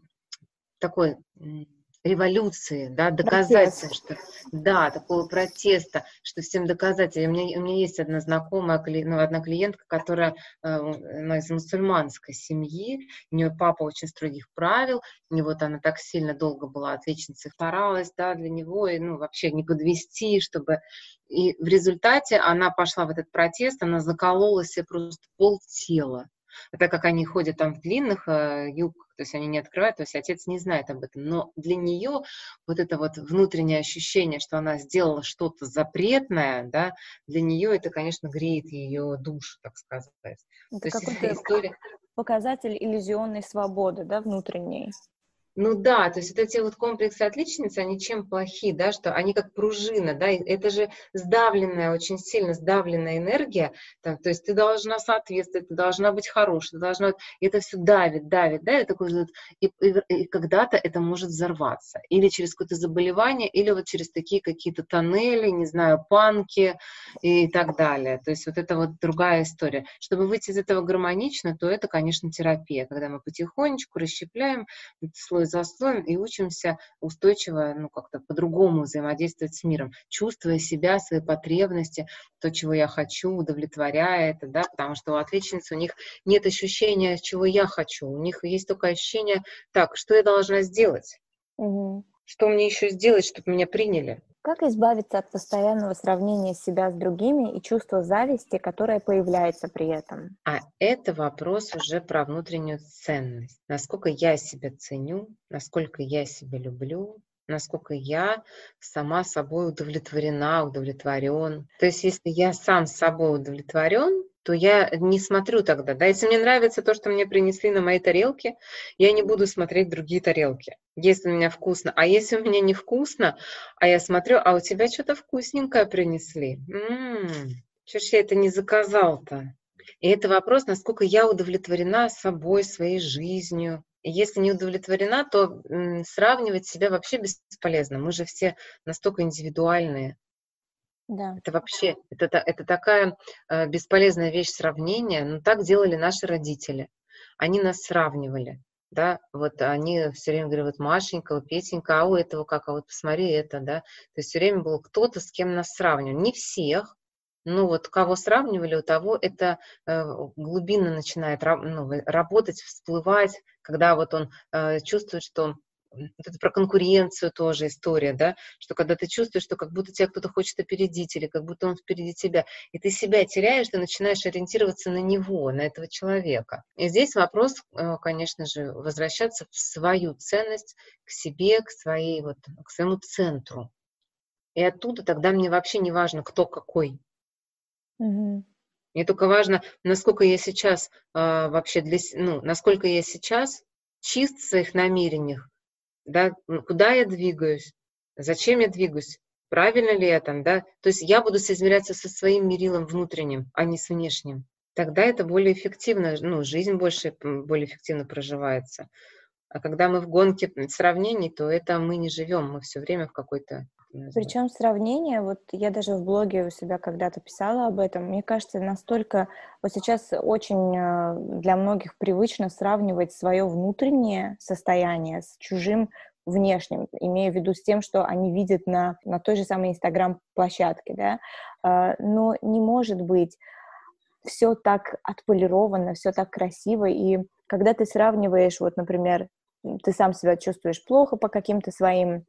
B: такой м, революции, да, доказать всем,
A: Протест.
B: что да, такого протеста, что всем доказать. И у меня, у меня есть одна знакомая, кли- ну, одна клиентка, которая э, она из мусульманской семьи, у нее папа очень строгих правил, и вот она так сильно долго была отличницей, старалась, да, для него, и, ну, вообще не подвести, чтобы... И в результате она пошла в этот протест, она заколола себе просто полтела. А так как они ходят там в длинных э, юбках, то есть они не открывают, то есть отец не знает об этом. Но для нее вот это вот внутреннее ощущение, что она сделала что-то запретное, да, для нее это, конечно, греет ее душу, так сказать.
A: Это
B: То есть это
A: какой-то
B: история.
A: показатель иллюзионной свободы, да, внутренней.
B: Ну да, то есть вот эти вот комплексы отличницы, они чем плохи, да, что они как пружина, да, и это же сдавленная, очень сильно сдавленная энергия, там, то есть ты должна соответствовать, ты должна быть хорошей, ты должна, и это все давит, давит, давит, такой вот, и, и, и когда-то это может взорваться, или через какое-то заболевание, или вот через такие какие-то тоннели, не знаю, панки и так далее, то есть вот это вот другая история. Чтобы выйти из этого гармонично, то это, конечно, терапия, когда мы потихонечку расщепляем слой за слоем и учимся устойчиво, ну, как-то по-другому взаимодействовать с миром, чувствуя себя, свои потребности, то, чего я хочу, удовлетворяя это, да, потому что у отличниц у них нет ощущения, чего я хочу, у них есть только ощущение, так, что я должна сделать,
A: Мгм.
B: что мне еще сделать, чтобы меня приняли.
A: Как избавиться от постоянного сравнения себя с другими и чувства зависти, которое появляется при этом?
B: А это вопрос уже про внутреннюю ценность. Насколько я себя ценю, насколько я себя люблю, насколько я сама собой удовлетворена, удовлетворен. То есть если я сам собой удовлетворен, то я не смотрю тогда, да, если мне нравится то, что мне принесли на моей тарелке, я не буду смотреть другие тарелки, если у меня вкусно. А если у меня невкусно, а я смотрю, а у тебя что-то вкусненькое принесли. М-м, чё ж я это не заказал-то? И это вопрос, насколько я удовлетворена собой, своей жизнью. И если не удовлетворена, то м, сравнивать себя вообще бесполезно. Мы же все настолько индивидуальные.
A: Да.
B: Это вообще, это, та- это такая э, бесполезная вещь сравнения, но так делали наши родители. Они нас сравнивали, да, вот они все время говорили, вот Машенька, вот Петенька, а у этого как, а вот посмотри это, да. То есть все время был кто-то, с кем нас сравнивали. Не всех, но вот кого сравнивали, у того это э, глубинно начинает ра- ну, вы- работать, всплывать, когда вот он э, чувствует, что м, вот это про конкуренцию тоже история, да, что когда ты чувствуешь, что как будто тебя кто-то хочет опередить, или как будто он впереди тебя, и ты себя теряешь, ты начинаешь ориентироваться на него, на этого человека. И здесь вопрос, э, конечно же, возвращаться в свою ценность, к себе, к своей вот, к своему центру. И оттуда тогда мне вообще не важно, кто какой.
A: Мгм.
B: Мне только важно, насколько я сейчас а, вообще для, с- ну, насколько я сейчас чист в своих намерениях, да, ну, куда я двигаюсь, зачем я двигаюсь, правильно ли я там, да, то есть я буду соизмеряться со своим мерилом внутренним, а не с внешним. Тогда это более эффективно, ну, жизнь больше, м, более эффективно проживается. А когда мы в гонке м, сравнений, то это мы не живем, мы все время в какой-то, не знаю.
A: Причем сравнение, вот я даже в блоге у себя когда-то писала об этом, мне кажется, настолько вот сейчас очень э, для многих привычно сравнивать свое внутреннее состояние с чужим внешним, имея в виду с тем, что они видят на, на той же самой Инстаграм-площадке, да, А, но не может быть все так отполировано, все так красиво, и когда ты сравниваешь, вот, например, м, ты сам себя чувствуешь плохо по каким-то своим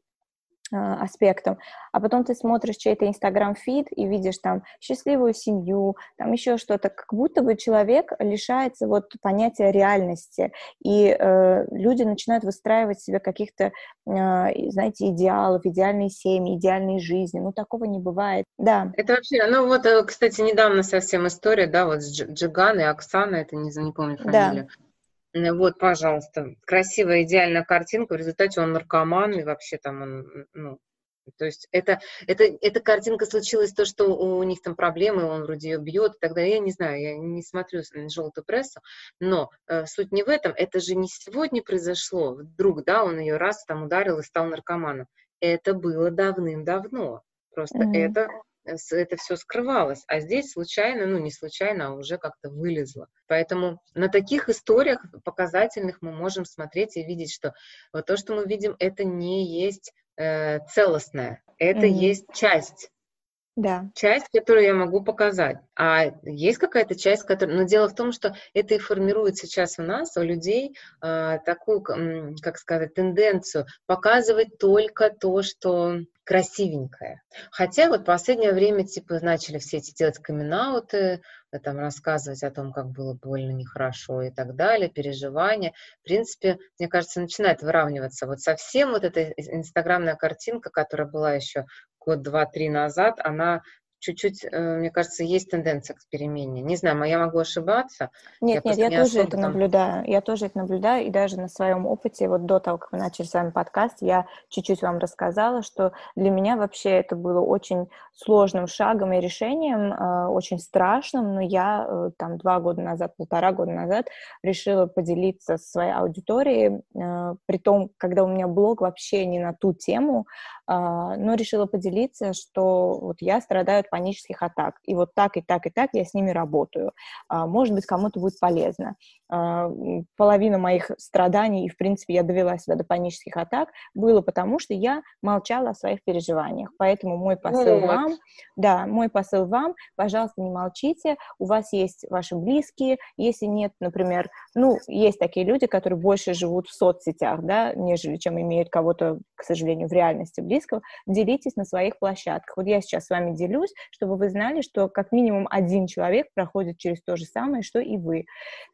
A: а, аспектом, а потом ты смотришь чей-то инстаграм-фид и видишь там счастливую семью, там еще что-то, как будто бы человек лишается вот понятия реальности, и э, люди начинают выстраивать себе каких-то, э, знаете, идеалов, идеальные семьи, идеальные жизни, ну такого не бывает, да,
B: Это вообще, ну вот, э, кстати, недавно совсем история, да, вот с Дж- Джиган и Оксана, это не, за- не помню
A: да.
B: фамилию. Э, Вот, пожалуйста, красивая, идеальная картинка, в результате он наркоман, и вообще там он, м, ну, то есть это, это, эта картинка случилась, то, что у них там проблемы, он вроде ее бьет, тогда я не знаю, я не смотрю с- желтую прессу, но э, суть не в этом, это же не сегодня произошло, вдруг, да, он ее раз там ударил и стал наркоманом, это было давным-давно, просто
A: Мгм.
B: это э, с- это все скрывалось, а здесь случайно, ну не случайно, а уже как-то вылезло. Поэтому на таких историях показательных мы можем смотреть и видеть, что вот то, что мы видим, это не есть э, целостное, это
A: Мгм.
B: есть часть.
A: Да.
B: Часть, которую я могу показать. А есть какая-то часть, которая... Но дело в том, что это и формирует сейчас у нас, у людей, э, такую, м, как сказать, тенденцию показывать только то, что красивенькое. Хотя вот в последнее время, типа, начали все эти делать камин-ауты, э, там, рассказывать о том, как было больно, нехорошо и так далее, переживания. В принципе, мне кажется, начинает выравниваться. Вот совсем вот эта инстаграмная картинка, которая была еще год, два, три назад, она чуть-чуть, э, мне кажется, есть тенденция к перемене. Не знаю, я могу ошибаться, я
A: Нет, нет,
B: просто
A: я
B: не
A: тоже это
B: особо там...
A: наблюдаю. Я тоже это наблюдаю, и даже на своем опыте, вот до того, как мы начали с вами подкаст, я чуть-чуть вам рассказала, что для меня вообще это было очень сложным шагом и решением, э, очень страшным, но я э, там два года назад, полтора года назад решила поделиться со своей аудиторией, э, при том, когда у меня блог вообще не на ту тему, э, но решила поделиться, что вот я страдаю от панических атак, и вот так, и так, и так я с ними работаю. А, может быть, кому-то будет полезно. А, м, Половина моих страданий, и, в принципе, я довела себя до панических атак, было потому, что я молчала о своих переживаниях. Поэтому мой посыл
B: Вот.
A: вам, да, мой посыл вам, пожалуйста, не молчите, у вас есть ваши близкие, если нет, например, ну, есть такие люди, которые больше живут в соцсетях, да, нежели чем имеют кого-то, к сожалению, в реальности близкого, делитесь на своих площадках. Вот я сейчас с вами делюсь, чтобы вы знали, что как минимум один человек проходит через то же самое, что и вы.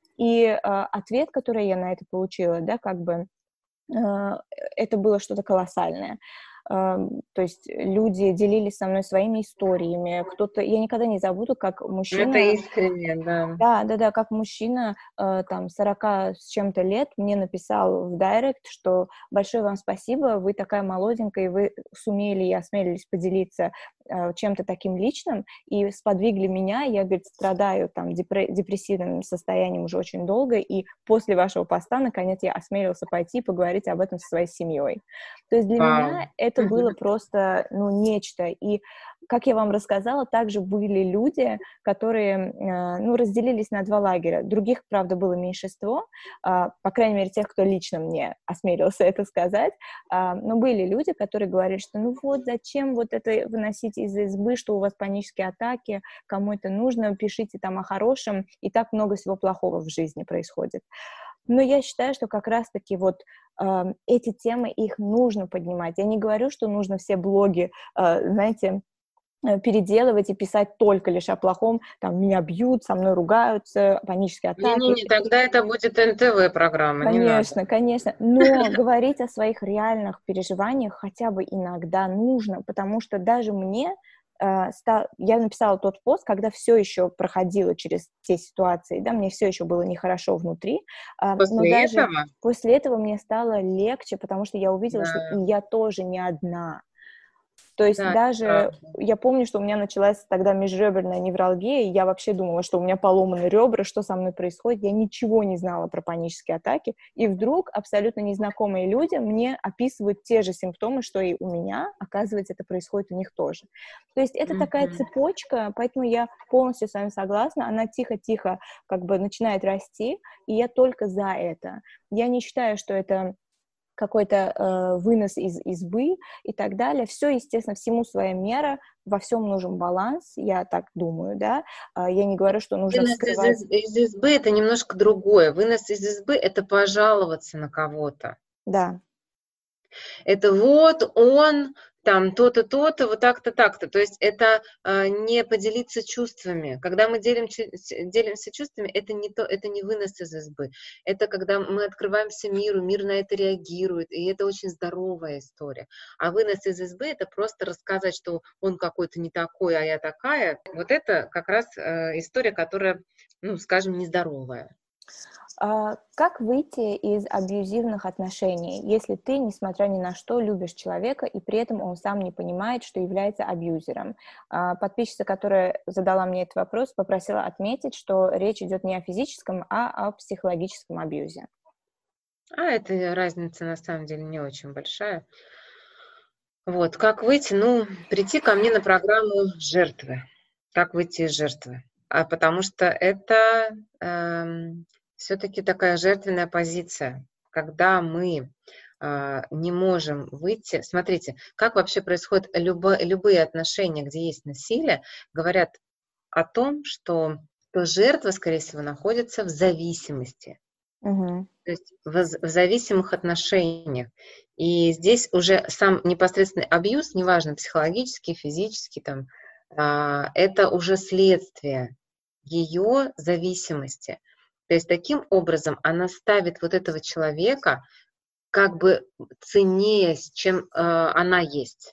A: И э, ответ, который я на это получила, да, как бы э, это было что-то колоссальное. Э, То есть люди делились со мной своими историями. Кто-то, я никогда не забуду, как
B: Это
A: мужчина
B: искренне, да.
A: да, да-да, как мужчина, э, там, сорока с чем-то лет мне написал в директ, что большое вам спасибо, вы такая молоденькая, и вы сумели и осмелились поделиться э, чем-то таким личным, и сподвигли меня, я, говорит, страдаю там депре- депрессивным состоянием уже очень долго, и после вашего поста, наконец, я осмелился пойти и поговорить об этом со своей семьей. То есть для
B: Вау.
A: меня это было просто, ну, нечто, и как я вам рассказала, также были люди, которые, ну, разделились на два лагеря. Других, правда, было меньшинство, по крайней мере, тех, кто лично мне осмелился это сказать. Но были люди, которые говорили, что ну вот, зачем вот это выносить из избы, что у вас панические атаки, кому это нужно, пишите там о хорошем, и так много всего плохого в жизни происходит. Но я считаю, что как раз-таки вот э, эти темы, их нужно поднимать. Я не говорю, что нужно все блоги, э, знаете, переделывать и писать только лишь о плохом, там, меня бьют, со мной ругаются, панические атаки.
B: Не-не-не, тогда это будет эн тэ вэ-программа, не надо.
A: Конечно, конечно, но говорить о своих реальных переживаниях хотя бы иногда нужно, потому что даже мне, э, стал, я написала тот пост, когда все еще проходила через те ситуации, да, мне все еще было нехорошо внутри, э,
B: После
A: но даже
B: этого?
A: после этого мне стало легче, потому что я увидела,
B: Да.
A: что и я тоже не одна. То есть
B: Да,
A: даже, я помню, что у меня началась тогда межреберная невралгия, и я вообще думала, что у меня поломаны ребра, что со мной происходит, я ничего не знала про панические атаки, и вдруг абсолютно незнакомые люди мне описывают те же симптомы, что и у меня, оказывается, это происходит у них тоже. То есть это mm-hmm. такая цепочка, поэтому я полностью с вами согласна, она тихо-тихо как бы начинает расти, и я только за это. Я не считаю, что это какой-то э, вынос из избы и так далее. Все, естественно, всему своя мера, во всем нужен баланс, я так думаю, да. А, я не говорю, что нужно
B: вынос
A: скрывать...
B: из, из избы – это немножко другое. Вынос из избы – это пожаловаться на кого-то.
A: Да.
B: Это вот он, там, то-то, то-то, вот так-то, так-то. То есть это э, не поделиться чувствами. Когда мы делим, делимся чувствами, это не, то, это не вынос из избы. Это когда мы открываемся миру, мир на это реагирует, и это очень здоровая история. А вынос из избы – это просто рассказать, что он какой-то не такой, а я такая. Вот это как раз э, история, которая, ну, скажем, нездоровая.
A: А как выйти из абьюзивных отношений, если ты, несмотря ни на что, любишь человека, и при этом он сам не понимает, что является абьюзером? А подписчица, которая задала мне этот вопрос, попросила отметить, что речь идет не о физическом, а о психологическом абьюзе.
B: А эта разница на самом деле не очень большая. Вот, как выйти? Ну, прийти ко мне на программу жертвы. Как выйти из жертвы? А потому что это... Эм, все-таки такая жертвенная позиция, когда мы э, не можем выйти. Смотрите, как вообще происходят любо, любые отношения, где есть насилие, говорят о том, что, что жертва, скорее всего, находится в зависимости. Угу. То есть в, в зависимых отношениях. И здесь уже сам непосредственный абьюз, неважно, психологический, физический, там, э, это уже следствие ее зависимости. То есть таким образом она ставит вот этого человека как бы ценнее, чем э, она есть.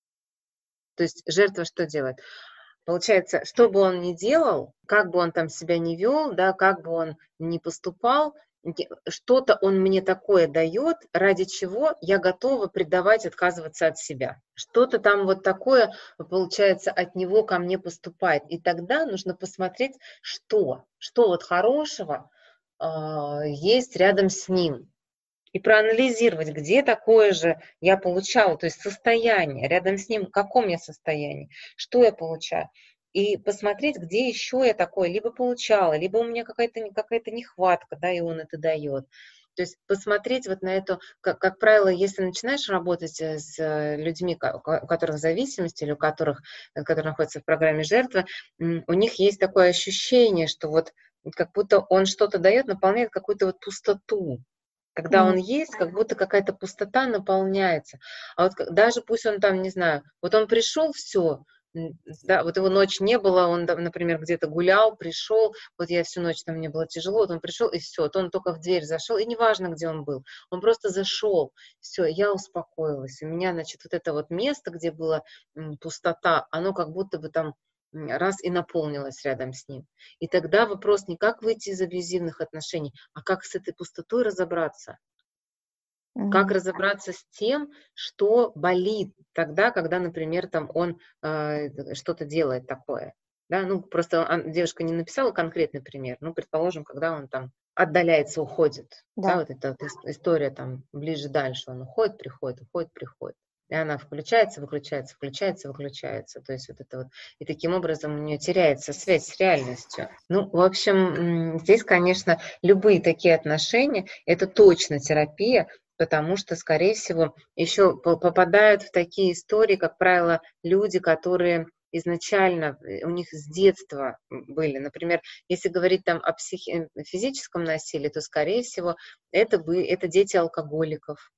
B: То есть жертва что делает? Получается, что бы он ни делал, как бы он там себя не вел, да, как бы он ни поступал, что-то он мне такое дает, ради чего я готова предавать, отказываться от себя. Что-то там вот такое, получается, от него ко мне поступает. И тогда нужно посмотреть, что, что вот хорошего э, есть рядом с ним. И проанализировать, где такое же я получала, то есть состояние, рядом с ним, в каком я состоянии, что я получаю. И посмотреть, где еще я такое либо получала, либо у меня какая-то какая-то нехватка, да, и он это дает. То есть посмотреть вот на это, как, как правило, если начинаешь работать с людьми, у которых зависимость или у которых, которые находятся в программе жертвы, у них есть такое ощущение, что вот как будто он что-то дает, наполняет какую-то вот пустоту. Когда он есть, как будто какая-то пустота наполняется. А вот даже пусть он там, не знаю, вот он пришел, все, да, вот его ночь не было, он, например, где-то гулял, пришел, вот я всю ночь, там мне было тяжело, вот он пришел, и все, вот он только в дверь зашел, и неважно, где он был, он просто зашел, все, я успокоилась. У меня, значит, вот это вот место, где была пустота, оно как будто бы там раз и наполнилась рядом с ним. И тогда вопрос не как выйти из абьюзивных отношений, а как с этой пустотой разобраться. Mm-hmm. Как разобраться с тем, что болит тогда, когда, например, там он э, что-то делает такое. Да? Ну, просто он, девушка не написала конкретный пример, ну, предположим, когда он там отдаляется, уходит. Да. Да, вот эта вот история там ближе дальше. Он уходит, приходит, уходит, приходит. И она включается, выключается, включается, выключается. То есть вот это вот. И таким образом у нее теряется связь с реальностью. Ну, в общем, здесь, конечно, любые такие отношения, это точно терапия, потому что, скорее всего, еще попадают в такие истории, как правило, люди, которые изначально у них с детства были. Например, если говорить там о психи- физическом насилии, то, скорее всего, это, бы, это дети алкоголиков.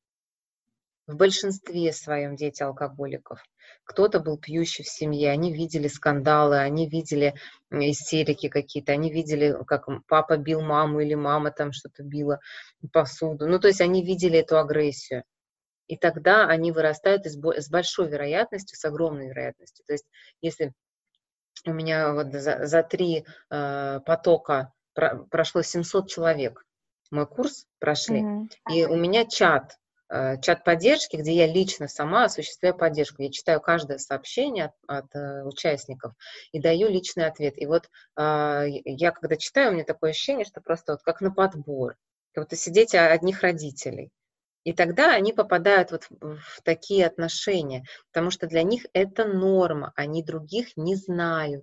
B: В большинстве своем дети алкоголиков. Кто-то был пьющий в семье, они видели скандалы, они видели истерики какие-то, они видели, как папа бил маму или мама там что-то била, посуду. Ну, то есть они видели эту агрессию. И тогда они вырастают с большой вероятностью, с огромной вероятностью. То есть если у меня вот за, за три э, потока про, прошло семьсот человек, мой курс прошли, mm-hmm. и у меня чат, чат поддержки, где я лично сама осуществляю поддержку. Я читаю каждое сообщение от, от э, участников и даю личный ответ. И вот э, я, когда читаю, у меня такое ощущение, что просто вот как на подбор. Как будто сидеть одних родителей. И тогда они попадают вот в, в такие отношения, потому что для них это норма, они других не знают.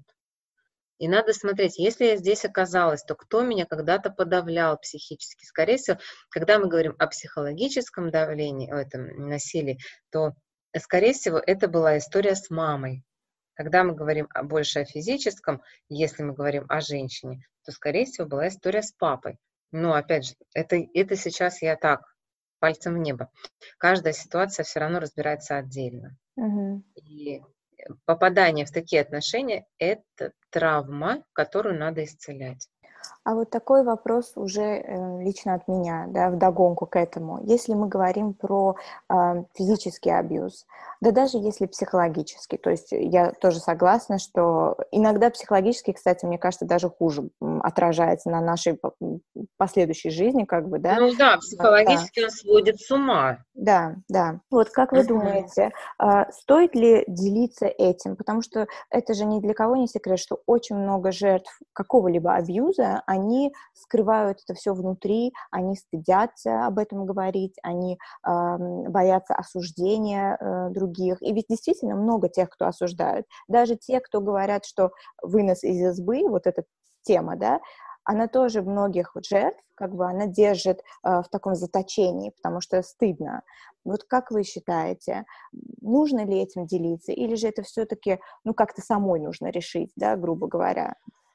B: И надо смотреть, если я здесь оказалась, то кто меня когда-то подавлял психически? Скорее всего, когда мы говорим о психологическом давлении, о этом насилии, то, скорее всего, это была история с мамой. Когда мы говорим больше о физическом, если мы говорим о женщине, то, скорее всего, была история с папой. Но, опять же, это, это сейчас я так, пальцем в небо. Каждая ситуация все равно разбирается отдельно.
A: Угу.
B: И попадание в такие отношения – это травма, которую надо исцелять.
A: А вот такой вопрос уже э, лично от меня, да, вдогонку к этому. Если мы говорим про э, физический абьюз, да даже если психологический, то есть я тоже согласна, что иногда психологический, кстати, мне кажется, даже хуже отражается на нашей последующей жизни, как бы, да.
B: Ну да, психологически да. Он сводит с ума.
A: Да, да. Вот как вы думаете, э, стоит ли делиться этим? Потому что это же ни для кого не секрет, что очень много жертв какого-либо абьюза, они скрывают это все внутри, они стыдятся об этом говорить, они э, боятся осуждения э, других. И ведь действительно много тех, кто осуждают. Даже те, кто говорят, что вынос из избы, вот эта тема, да, она тоже многих жертв, как бы, она держит э, в таком заточении, потому что стыдно. Вот как вы считаете, нужно ли этим делиться, или же это все-таки, ну, как-то самой нужно решить, да, грубо говоря?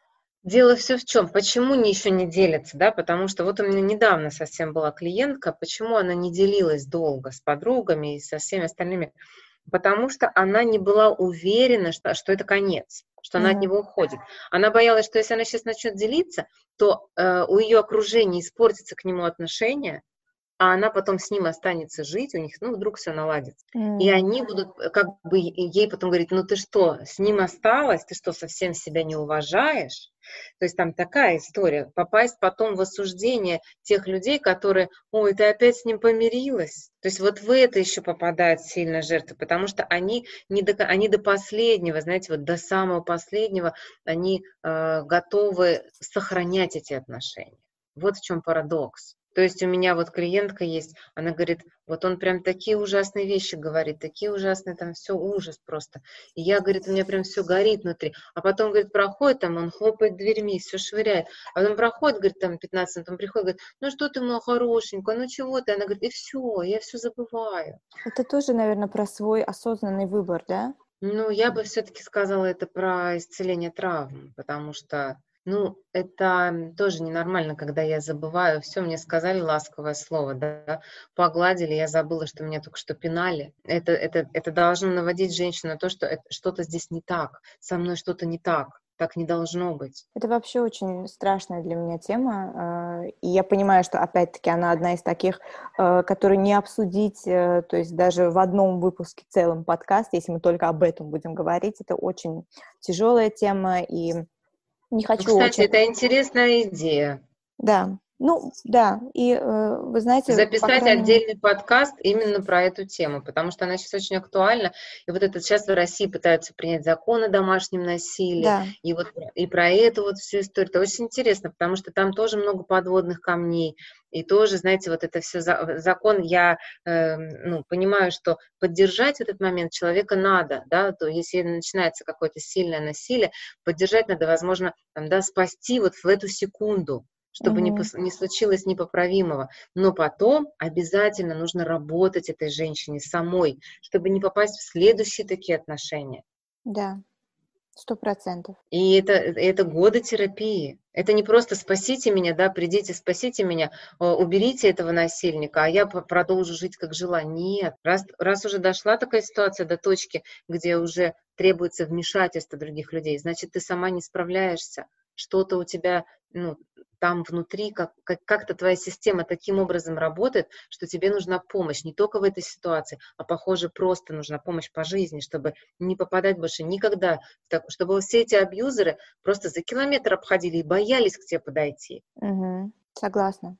B: Дело все в чем? Почему они еще не делятся, да? Потому что вот у меня недавно совсем была клиентка, почему она не делилась долго с подругами и со всеми остальными? Потому что она не была уверена, что, что это конец, что она mm-hmm. от него уходит. Она боялась, что если она сейчас начнет делиться, то э, у ее окружения испортится к нему отношение, а она потом с ним останется жить, у них, ну, вдруг все наладится. Mm. И они будут, как бы, ей потом говорить, ну, ты что, с ним осталась, ты что, совсем себя не уважаешь? То есть там такая история, попасть потом в осуждение тех людей, которые, ой, ты опять с ним помирилась. То есть вот в это еще попадают сильно жертвы, потому что они, не до, они до последнего, знаете, вот до самого последнего, они э, готовы сохранять эти отношения. Вот в чем парадокс. То есть у меня вот клиентка есть, она говорит, вот он прям такие ужасные вещи говорит, такие ужасные, там все ужас просто. И я, говорит, у меня прям все горит внутри. А потом, говорит, проходит там, он хлопает дверьми, все швыряет. А потом проходит, говорит, там пятнадцать минут, он приходит, говорит, ну что ты, моя хорошенькая, ну чего ты? Она говорит, и все, я все забываю.
A: Это тоже, наверное, про свой осознанный выбор, да?
B: Ну, я бы все-таки сказала это про исцеление травм, потому что ну, это тоже ненормально, когда я забываю. Все, мне сказали ласковое слово, да, погладили, я забыла, что меня только что пинали. Это, это, это должно наводить женщину на то, что это, что-то здесь не так, со мной что-то не так. Так не должно быть.
A: Это вообще очень страшная для меня тема, и я понимаю, что, опять-таки, она одна из таких, которую не обсудить, то есть даже в одном выпуске целом подкаста, если мы только об этом будем говорить, это очень тяжелая тема, и не хочу
B: ну, кстати,
A: очень...
B: это интересная идея.
A: Да, Ну, да, и э, вы знаете,
B: Записать
A: крайней...
B: отдельный подкаст именно про эту тему, потому что она сейчас очень актуальна. И вот это сейчас в России пытаются принять закон о домашнем насилии,
A: да.
B: и вот и про эту вот всю историю. Это очень интересно, потому что там тоже много подводных камней. И тоже, знаете, вот это все за, закон, я э, ну, понимаю, что поддержать в этот момент человека надо, да, то если начинается какое-то сильное насилие, поддержать надо, возможно, там, да, спасти вот в эту секунду, чтобы не, не случилось непоправимого. Но потом обязательно нужно работать этой женщине самой, чтобы не попасть в следующие такие отношения.
A: Да, сто процентов.
B: И это, это годы терапии. Это не просто спасите меня, да, придите, спасите меня, уберите этого насильника, а я продолжу жить, как жила. Нет. Раз, раз уже дошла такая ситуация до точки, где уже требуется вмешательство других людей, значит, ты сама не справляешься. Что-то у тебя, ну, там внутри, как, как, как-то твоя система таким образом работает, что тебе нужна помощь не только в этой ситуации, а, похоже, просто нужна помощь по жизни, чтобы не попадать больше никогда, в так, чтобы все эти абьюзеры просто за километр обходили и боялись к тебе подойти.
A: Угу, согласна.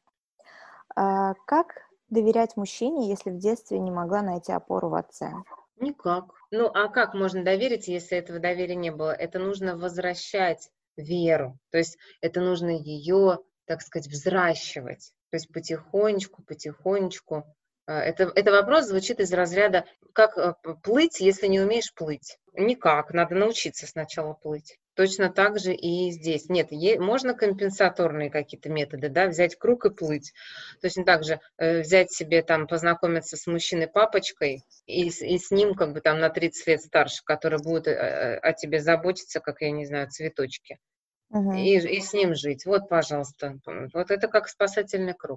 A: А как доверять мужчине, если в детстве не могла найти опору в отце?
B: Никак. Ну, а как можно доверить, если этого доверия не было? Это нужно возвращать веру. То есть это нужно ее, так сказать, взращивать. То есть потихонечку, потихонечку. Это, это вопрос звучит из разряда, как плыть, если не умеешь плыть? Никак, надо научиться сначала плыть. Точно так же и здесь. Нет, е- можно компенсаторные какие-то методы, да, взять круг и плыть. Точно так же э, взять себе там, познакомиться с мужчиной-папочкой и, и с ним как бы там на тридцать лет старше, который будет э, о тебе заботиться, как, я не знаю, цветочки.
A: Угу.
B: И, и с ним жить. Вот, пожалуйста. Вот это как спасательный круг.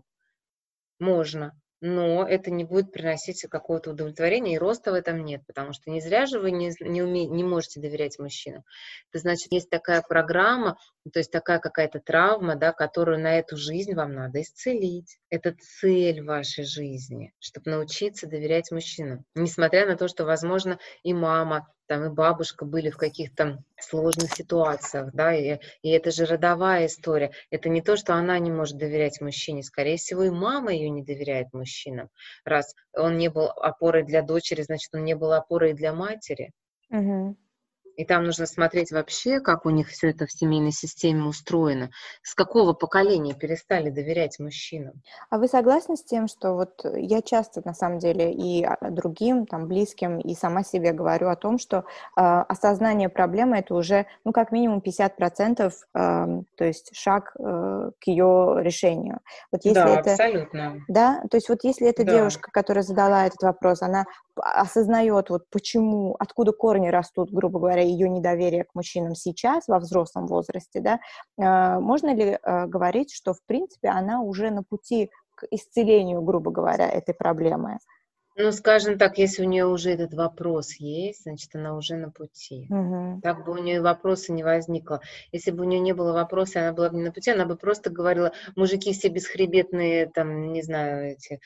B: Можно. Но это не будет приносить какого-то удовлетворения, и роста в этом нет, потому что не зря же вы не, не, уме, не можете доверять мужчинам. Это значит, есть такая программа, то есть такая какая-то травма, да, которую на эту жизнь вам надо исцелить. Это цель вашей жизни, чтобы научиться доверять мужчинам. Несмотря на то, что, возможно, и мама, там, и бабушка были в каких-то сложных ситуациях, да, и, и это же родовая история. Это не то, что она не может доверять мужчине, скорее всего, и мама ее не доверяет мужчинам. Раз он не был опорой для дочери, значит, он не был опорой для матери.
A: Угу.
B: И там нужно смотреть вообще, как у них все это в семейной системе устроено. С какого поколения перестали доверять мужчинам?
A: А вы согласны с тем, что вот я часто, на самом деле, и другим, там, близким, и сама себе говорю о том, что э, осознание проблемы – это уже, ну, как минимум пятьдесят процентов, э, то есть шаг э, к ее решению. Вот если
B: Да,
A: это,
B: абсолютно.
A: да, то есть вот если эта
B: Да.
A: девушка, которая задала этот вопрос, она осознает, вот почему, откуда корни растут, грубо говоря, ее недоверие к мужчинам сейчас, во взрослом возрасте, да, э, можно ли э, говорить, что, в принципе, она уже на пути к исцелению, грубо говоря, этой проблемы?
B: Ну, скажем так, если у нее уже этот вопрос есть, значит, она уже на пути.
A: Угу.
B: Так бы у нее вопроса не возникло. Если бы у нее не было вопроса, она была бы не на пути, она бы просто говорила, мужики все бесхребетные, там, не знаю, эти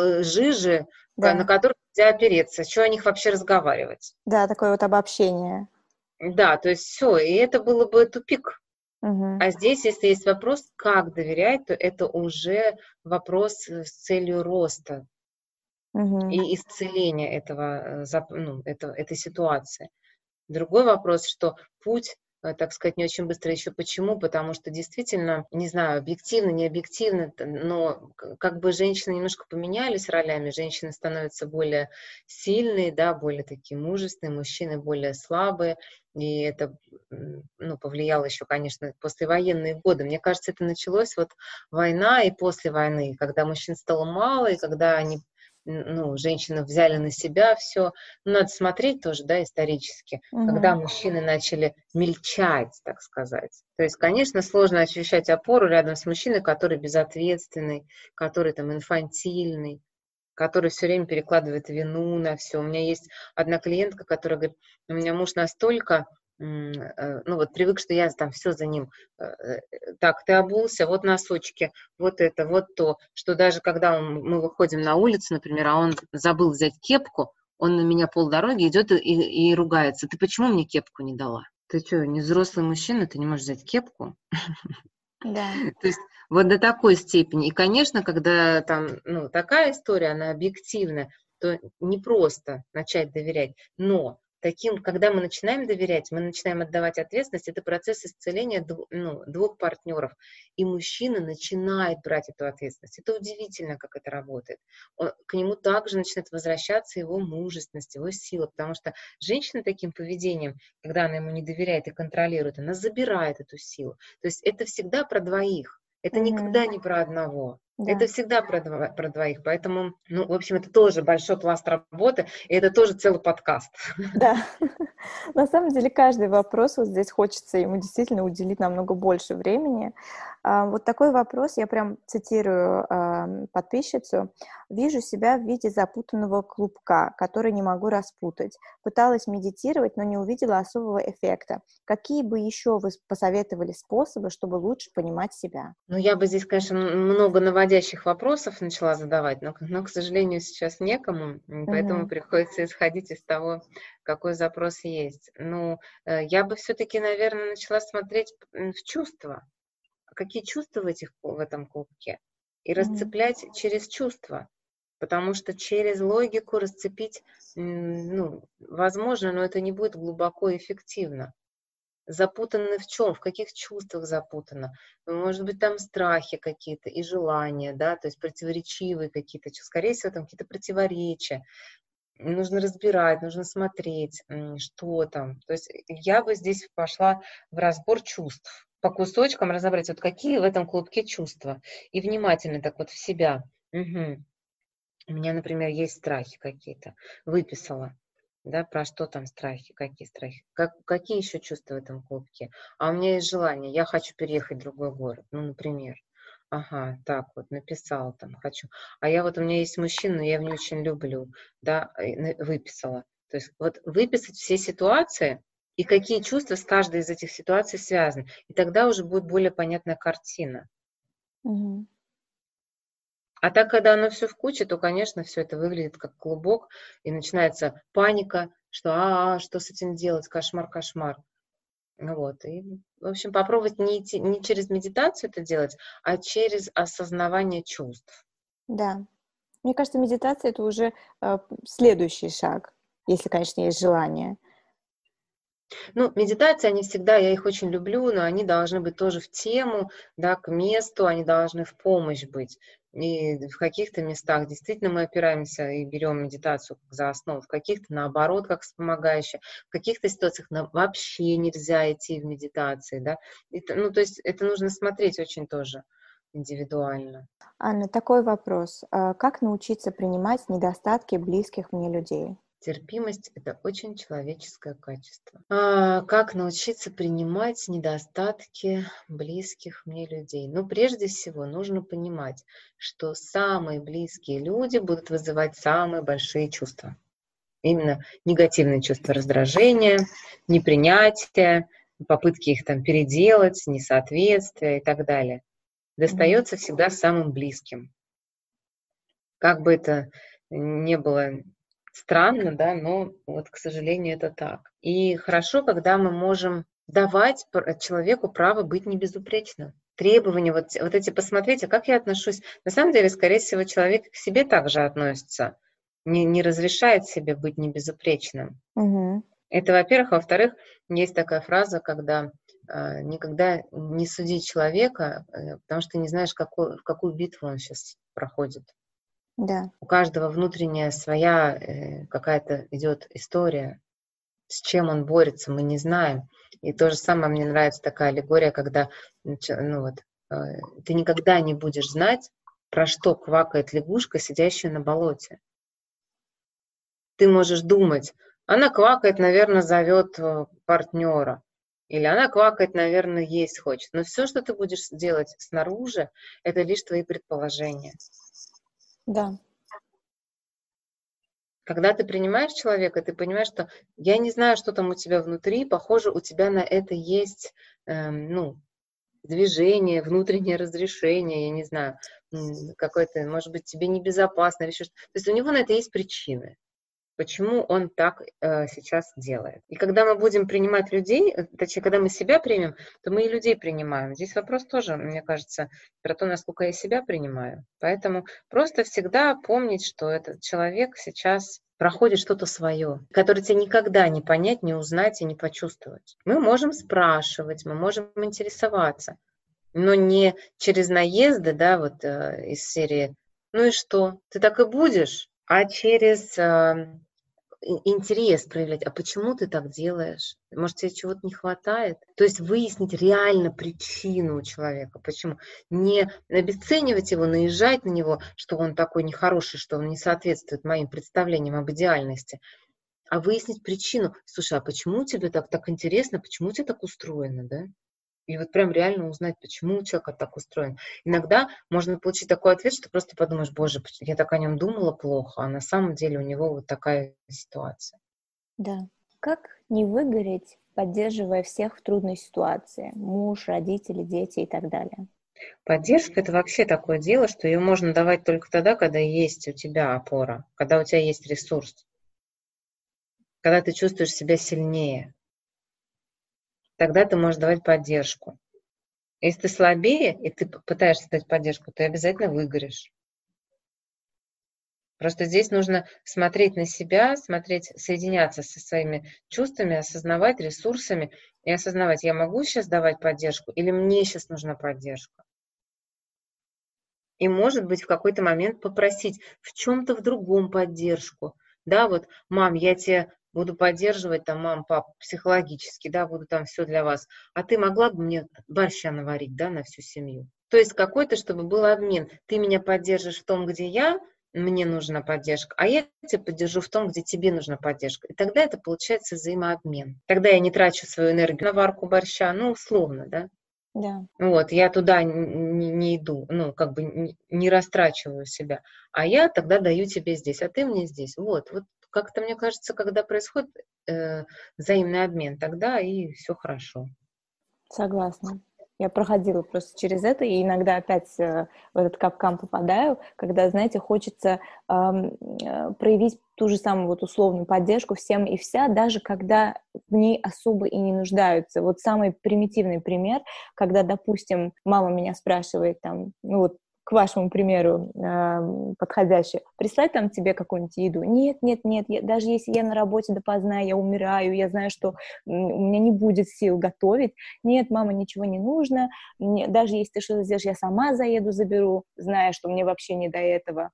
B: жижи,
A: Да.
B: на которых нельзя опереться. Что о них вообще разговаривать?
A: Да, такое вот обобщение.
B: Да, то есть все, и это было бы тупик.
A: Угу.
B: А здесь, если есть вопрос, как доверять, то это уже вопрос с целью роста.
A: Угу.
B: И исцеления этого, ну, этого, этой ситуации. Другой вопрос, что путь, так сказать, не очень быстро еще. Почему? Потому что действительно, не знаю, объективно, не объективно, но как бы женщины немножко поменялись ролями, женщины становятся более сильные, да, более такие мужественные, мужчины более слабые, и это, ну, повлияло еще, конечно, послевоенные годы. Мне кажется, это началось вот война и после войны, когда мужчин стало мало, и когда они ну, женщины взяли на себя все. Ну, надо смотреть тоже, да, исторически,
A: угу.
B: когда мужчины начали мельчать, так сказать. То есть, конечно, сложно ощущать опору рядом с мужчиной, который безответственный, который там инфантильный, который все время перекладывает вину на все. У меня есть одна клиентка, которая говорит, у меня муж настолько ну вот привык, что я там все за ним, так, ты обулся, вот носочки, вот это, вот то, что даже когда он, мы выходим на улицу, например, а он забыл взять кепку, он на меня полдороги идет и, и, и ругается, ты почему мне кепку не дала? Ты что, не взрослый мужчина, ты не можешь взять кепку?
A: Да.
B: То есть Вот до такой степени. И, конечно, когда там, ну, такая история, она объективна, то непросто начать доверять. Но таким, когда мы начинаем доверять, мы начинаем отдавать ответственность, это процесс исцеления дв- ну, двух партнеров. И мужчина начинает брать эту ответственность. Это удивительно, как это работает. Он, к нему также начинает возвращаться его мужественность, его сила, потому что женщина таким поведением, когда она ему не доверяет и контролирует, она забирает эту силу. То есть это всегда про двоих. Это
A: Мгм.
B: никогда не про одного. Это
A: Да.
B: всегда про, дво- про двоих. Поэтому, ну, в общем, это тоже большой пласт работы, и это тоже целый подкаст.
A: Да, на самом деле каждый вопрос вот здесь хочется ему действительно уделить намного больше времени. А, Вот такой вопрос, я прям цитирую ам, подписчицу. «Вижу себя в виде запутанного клубка, который не могу распутать. Пыталась медитировать, но не увидела особого эффекта. Какие бы еще вы посоветовали способы, чтобы лучше понимать себя?»
B: Ну, я бы здесь, конечно, м- много наводящих вопросов начала задавать, но, к- но, к сожалению, сейчас некому, м, поэтому
A: Мгм.
B: приходится исходить из того, какой запрос есть. Ну, э, я бы все-таки, наверное, начала смотреть м, в чувства. Какие чувства в, этих, в этом клубке? И
A: Мгм.
B: расцеплять через чувства. Потому что через логику расцепить, м, ну, возможно, но это не будет глубоко и эффективно. Запутаны в чем? В каких чувствах запутано? Ну, может быть, там страхи какие-то и желания, да, то есть противоречивые какие-то чувства. Скорее всего, там какие-то противоречия. Нужно разбирать, нужно смотреть, м, что там. То есть я бы здесь пошла в разбор чувств. По кусочкам разобрать, вот какие в этом клубке чувства. И внимательно так вот в себя. Мгм. У меня, например, есть страхи какие-то. Выписала. Да, про что там страхи, какие страхи, как, какие еще чувства в этом клубке. А у меня есть желание, я хочу переехать в другой город, ну, например. Ага, так вот, написала там, хочу. А я вот, у меня есть мужчина, но я его не очень люблю, да, и на- выписала. То есть вот выписать все ситуации и какие чувства с каждой из этих ситуаций связаны. И тогда уже будет более понятная картина.
A: Мгм.
B: А так, когда оно все в куче, то, конечно, все это выглядит как клубок, и начинается паника, что а, а, что с этим делать, кошмар, кошмар. Ну вот, и, в общем, попробовать не, идти, не через медитацию это делать, а через осознавание чувств.
A: Да. Мне кажется, медитация — это уже э, следующий шаг, если, конечно, есть желание.
B: Ну, медитации, они всегда, я их очень люблю, но они должны быть тоже в тему, да, к месту, они должны в помощь быть. И в каких-то местах действительно мы опираемся и берем медитацию как за основу, в каких-то наоборот, как вспомогающая, в каких-то ситуациях нам вообще нельзя идти в медитации, да. Это, ну, то есть это нужно смотреть очень тоже индивидуально.
A: Анна, такой вопрос. А Как научиться принимать недостатки близких мне людей?
B: Терпимость– это очень человеческое качество. А, как научиться принимать недостатки близких мне людей? Ну, прежде всего, нужно понимать, что самые близкие люди будут вызывать самые большие чувства. Именно негативные чувства раздражения, непринятия, попытки их там переделать, несоответствия и так далее.
A: Мгм.
B: Достается всегда самым близким. Как бы это не было странно, да, но вот, к сожалению, это так. И хорошо, когда мы можем давать пр- человеку право быть небезупречным. Требования, вот, вот эти, посмотрите, как я отношусь. На самом деле, скорее всего, человек к себе также относится, не, не разрешает себе быть небезупречным.
A: Мгм.
B: Это, во-первых. А во-вторых, есть такая фраза, когда э, никогда не суди человека, э, потому что ты не знаешь, какую, в какую битву он сейчас проходит.
A: Да.
B: У каждого внутренняя своя э, какая-то идет история, с чем он борется, мы не знаем. И то же самое мне нравится такая аллегория, когда ну вот, э, ты никогда не будешь знать, про что квакает лягушка, сидящая на болоте. Ты можешь думать, она квакает, наверное, зовет э, партнера. Или она квакает, наверное, есть хочет. Но все, что ты будешь делать снаружи, это лишь твои предположения.
A: Да.
B: Когда ты принимаешь человека, ты понимаешь, что я не знаю, что там у тебя внутри, похоже, у тебя на это есть, эм, ну, движение, внутреннее разрешение, я не знаю, м, какое-то, может быть, тебе небезопасно или еще что-то. То есть у него на это есть причины. почему он так э, сейчас делает. И когда мы будем принимать людей, э, точнее, когда мы себя примем, то мы и людей принимаем. Здесь вопрос тоже, мне кажется, про то, насколько я себя принимаю. Поэтому просто всегда помнить, что этот человек сейчас проходит что-то свое, которое тебе никогда не понять, не узнать и не почувствовать. Мы можем спрашивать, мы можем интересоваться, но не через наезды, да, вот э, из серии «Ну и что, ты так и будешь?» а через э, интерес проявлять. А почему ты так делаешь? Может, тебе чего-то не хватает? То есть выяснить реально причину у человека. Почему? Не обесценивать его, наезжать на него, что он такой нехороший, что он не соответствует моим представлениям об идеальности, а выяснить причину. Слушай, а почему тебе так, так интересно, почему тебе так устроено, да? И вот прям реально узнать, почему у человека так устроен. Иногда можно получить такой ответ, что просто подумаешь, боже, я так о нем думала плохо, а на самом деле у него вот такая ситуация.
A: Да. Как не выгореть, поддерживая всех в трудной ситуации? Муж, родители, дети и так далее.
B: Поддержка – это вообще такое дело, что ее можно давать только тогда, когда есть у тебя опора, когда у тебя есть ресурс, когда ты чувствуешь себя сильнее. Тогда ты можешь давать поддержку. Если ты слабее, и ты пытаешься дать поддержку, ты обязательно выгоришь. Просто здесь нужно смотреть на себя, смотреть, соединяться со своими чувствами, осознавать ресурсами и осознавать, я могу сейчас давать поддержку или мне сейчас нужна поддержка. И, может быть, в какой-то момент попросить в чем-то в другом поддержку. Да, вот, мам, я тебя буду поддерживать, там, мам, пап, психологически, да, буду там все для вас. А ты могла бы мне борща наварить, да, на всю семью? То есть какой-то, чтобы был обмен. Ты меня поддержишь в том, где я, мне нужна поддержка, а я тебя поддержу в том, где тебе нужна поддержка. И тогда это получается взаимообмен. Тогда я не трачу свою энергию на варку борща, ну, условно, да.
A: Да.
B: Вот, я туда не, не иду, ну, как бы не, не растрачиваю себя, а я тогда даю тебе здесь, а ты мне здесь. Вот, вот как-то, мне кажется, когда происходит э, взаимный обмен, тогда и все хорошо.
A: Согласна. Я проходила просто через это, и иногда опять э, в этот капкан попадаю, когда, знаете, хочется э, э, проявить ту же самую вот условную поддержку всем и вся, даже когда в ней особо и не нуждаются. Вот самый примитивный пример, когда, допустим, мама меня спрашивает там, ну вот, к вашему примеру э, подходящий, прислать там тебе какую-нибудь еду? Нет, нет, нет, я, даже если я на работе допоздна, я умираю, я знаю, что м, у меня не будет сил готовить. Нет, мама, ничего не нужно, мне, даже если ты что-то сделаешь, я сама заеду, заберу, зная, что мне вообще не до этого.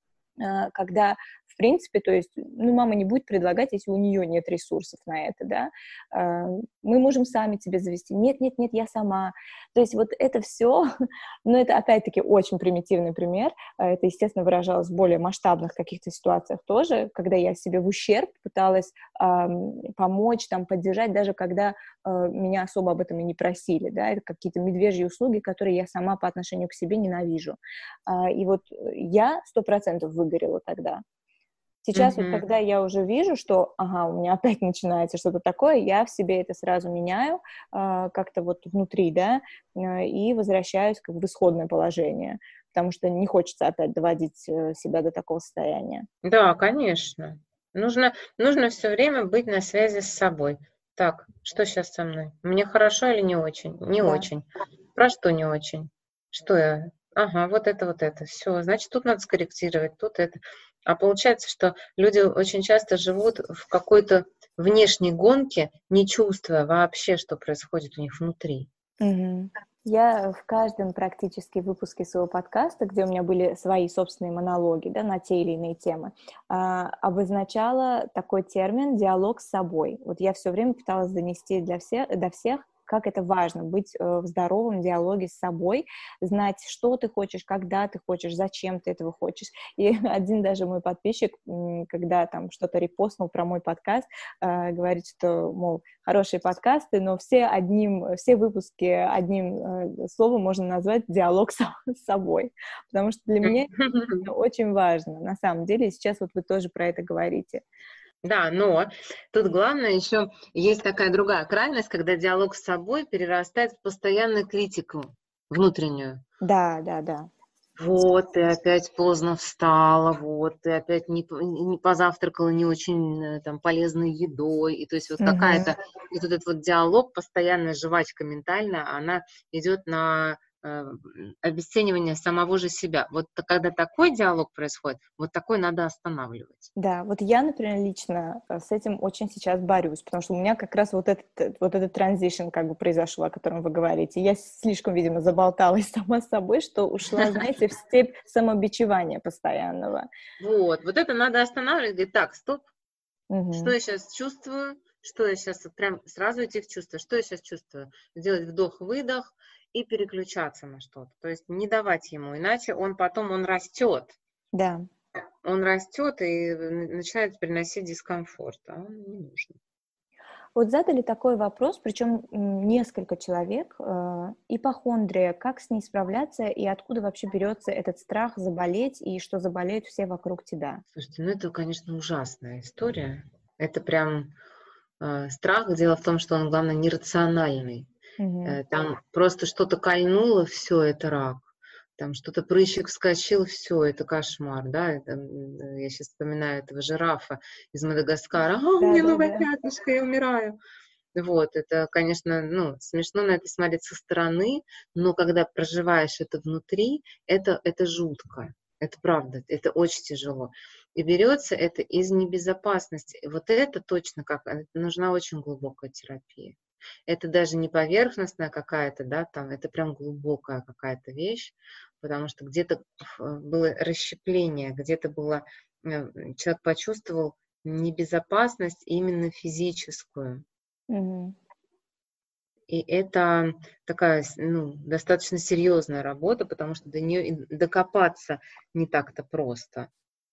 A: Э, когда, в принципе, то есть, ну, мама не будет предлагать, если у нее нет ресурсов на это, да, э, мы можем сами тебе завести, нет, нет, нет, я сама, то есть вот это все, но это, опять-таки, очень примитивный пример, это, естественно, выражалось в более масштабных каких-то ситуациях тоже, когда я себе в ущерб пыталась э, помочь, там, поддержать, даже когда э, меня особо об этом и не просили, да, это какие-то медвежьи услуги, которые я сама по отношению к себе ненавижу, э, и вот я сто процентов выгорела тогда. Сейчас вот,
B: Мгм.
A: когда я уже вижу, что, ага, у меня опять начинается что-то такое, я в себе это сразу меняю, э, как-то вот внутри, да, э, и возвращаюсь как бы в исходное положение, потому что не хочется опять доводить э, себя до такого состояния.
B: Да, конечно. Нужно, нужно все время быть на связи с собой. Так, что сейчас со мной? Мне хорошо или не очень? Не
A: Да.
B: очень. Про что не очень? Что я? Ага, вот это, вот это. Все, значит, тут надо скорректировать, тут это. А получается, что люди очень часто живут в какой-то внешней гонке, не чувствуя вообще, что происходит у них внутри.
A: Мгм. Я в каждом практически выпуске своего подкаста, где у меня были свои собственные монологи, да, на те или иные темы, а, обозначала такой термин «диалог с собой». Вот я все время пыталась донести для всех, до всех, как это важно быть э, в здоровом диалоге с собой, знать, что ты хочешь, когда ты хочешь, зачем ты этого хочешь. И один даже мой подписчик, м, когда там что-то репостнул про мой подкаст, э, говорит, что, мол, хорошие подкасты, но все одним, все выпуски одним э, словом можно назвать «диалог со- с собой», потому что для меня это очень важно, на самом деле, и сейчас вот вы тоже про это говорите.
B: Да, но тут главное еще есть такая другая крайность, когда диалог с собой перерастает в постоянную критику внутреннюю.
A: Да, да, да.
B: Вот, ты опять поздно встала, вот, ты опять не, п- не позавтракала не очень э, там полезной едой, и то есть вот
A: Мгм.
B: какая-то, и вот этот вот диалог, постоянная жвачка ментальная, она идет на э, м, обесценивание самого же себя. Вот т- когда такой диалог происходит, вот такой надо останавливать.
A: Да, вот я, например, лично э, с этим очень сейчас борюсь, потому что у меня как раз вот этот, э, вот этот транзишн как бы произошел, о котором вы говорите. Я слишком, видимо, заболталась сама с собой, что ушла, знаете, в степь самобичевания постоянного.
B: Вот, вот это надо останавливать, говорить, так, стоп, что
A: Мгм.
B: я сейчас чувствую, что я сейчас, прям сразу идти в чувство, что я сейчас чувствую, сделать вдох-выдох и переключаться на что-то, то есть не давать ему, иначе он потом, он растет,
A: Да.
B: он растет и н- начинает приносить дискомфорт, а он не нужен.
A: Вот задали такой вопрос, причем м, несколько человек. э, Ипохондрия, как с ней справляться и откуда вообще берется этот страх заболеть и что заболеют все вокруг тебя?
B: Слушайте, ну это, конечно, ужасная история, это прям э, страх, дело в том, что он, главное, нерациональный.
A: Мгм.
B: Э, Там просто что-то кольнуло, все, это рак. Там что-то прыщик вскочил, все, это кошмар, да. Это, м, я сейчас вспоминаю этого жирафа из Мадагаскара. А, у
A: Да,
B: меня
A: да,
B: новое
A: да.
B: пятнышко, я умираю. Вот, это, конечно, ну, смешно на это смотреть со стороны, но когда проживаешь это внутри, это, это жутко. Это правда, это очень тяжело. И берется это из небезопасности. И вот это точно как, э, нужна очень глубокая терапия. Это даже не поверхностная какая-то, да, там, это прям глубокая какая-то вещь, потому что где-то э, было расщепление, где-то было, э, человек почувствовал небезопасность именно физическую.
A: Мгм.
B: И это такая, с- ну, достаточно серьезная работа, потому что до нее и докопаться не так-то просто.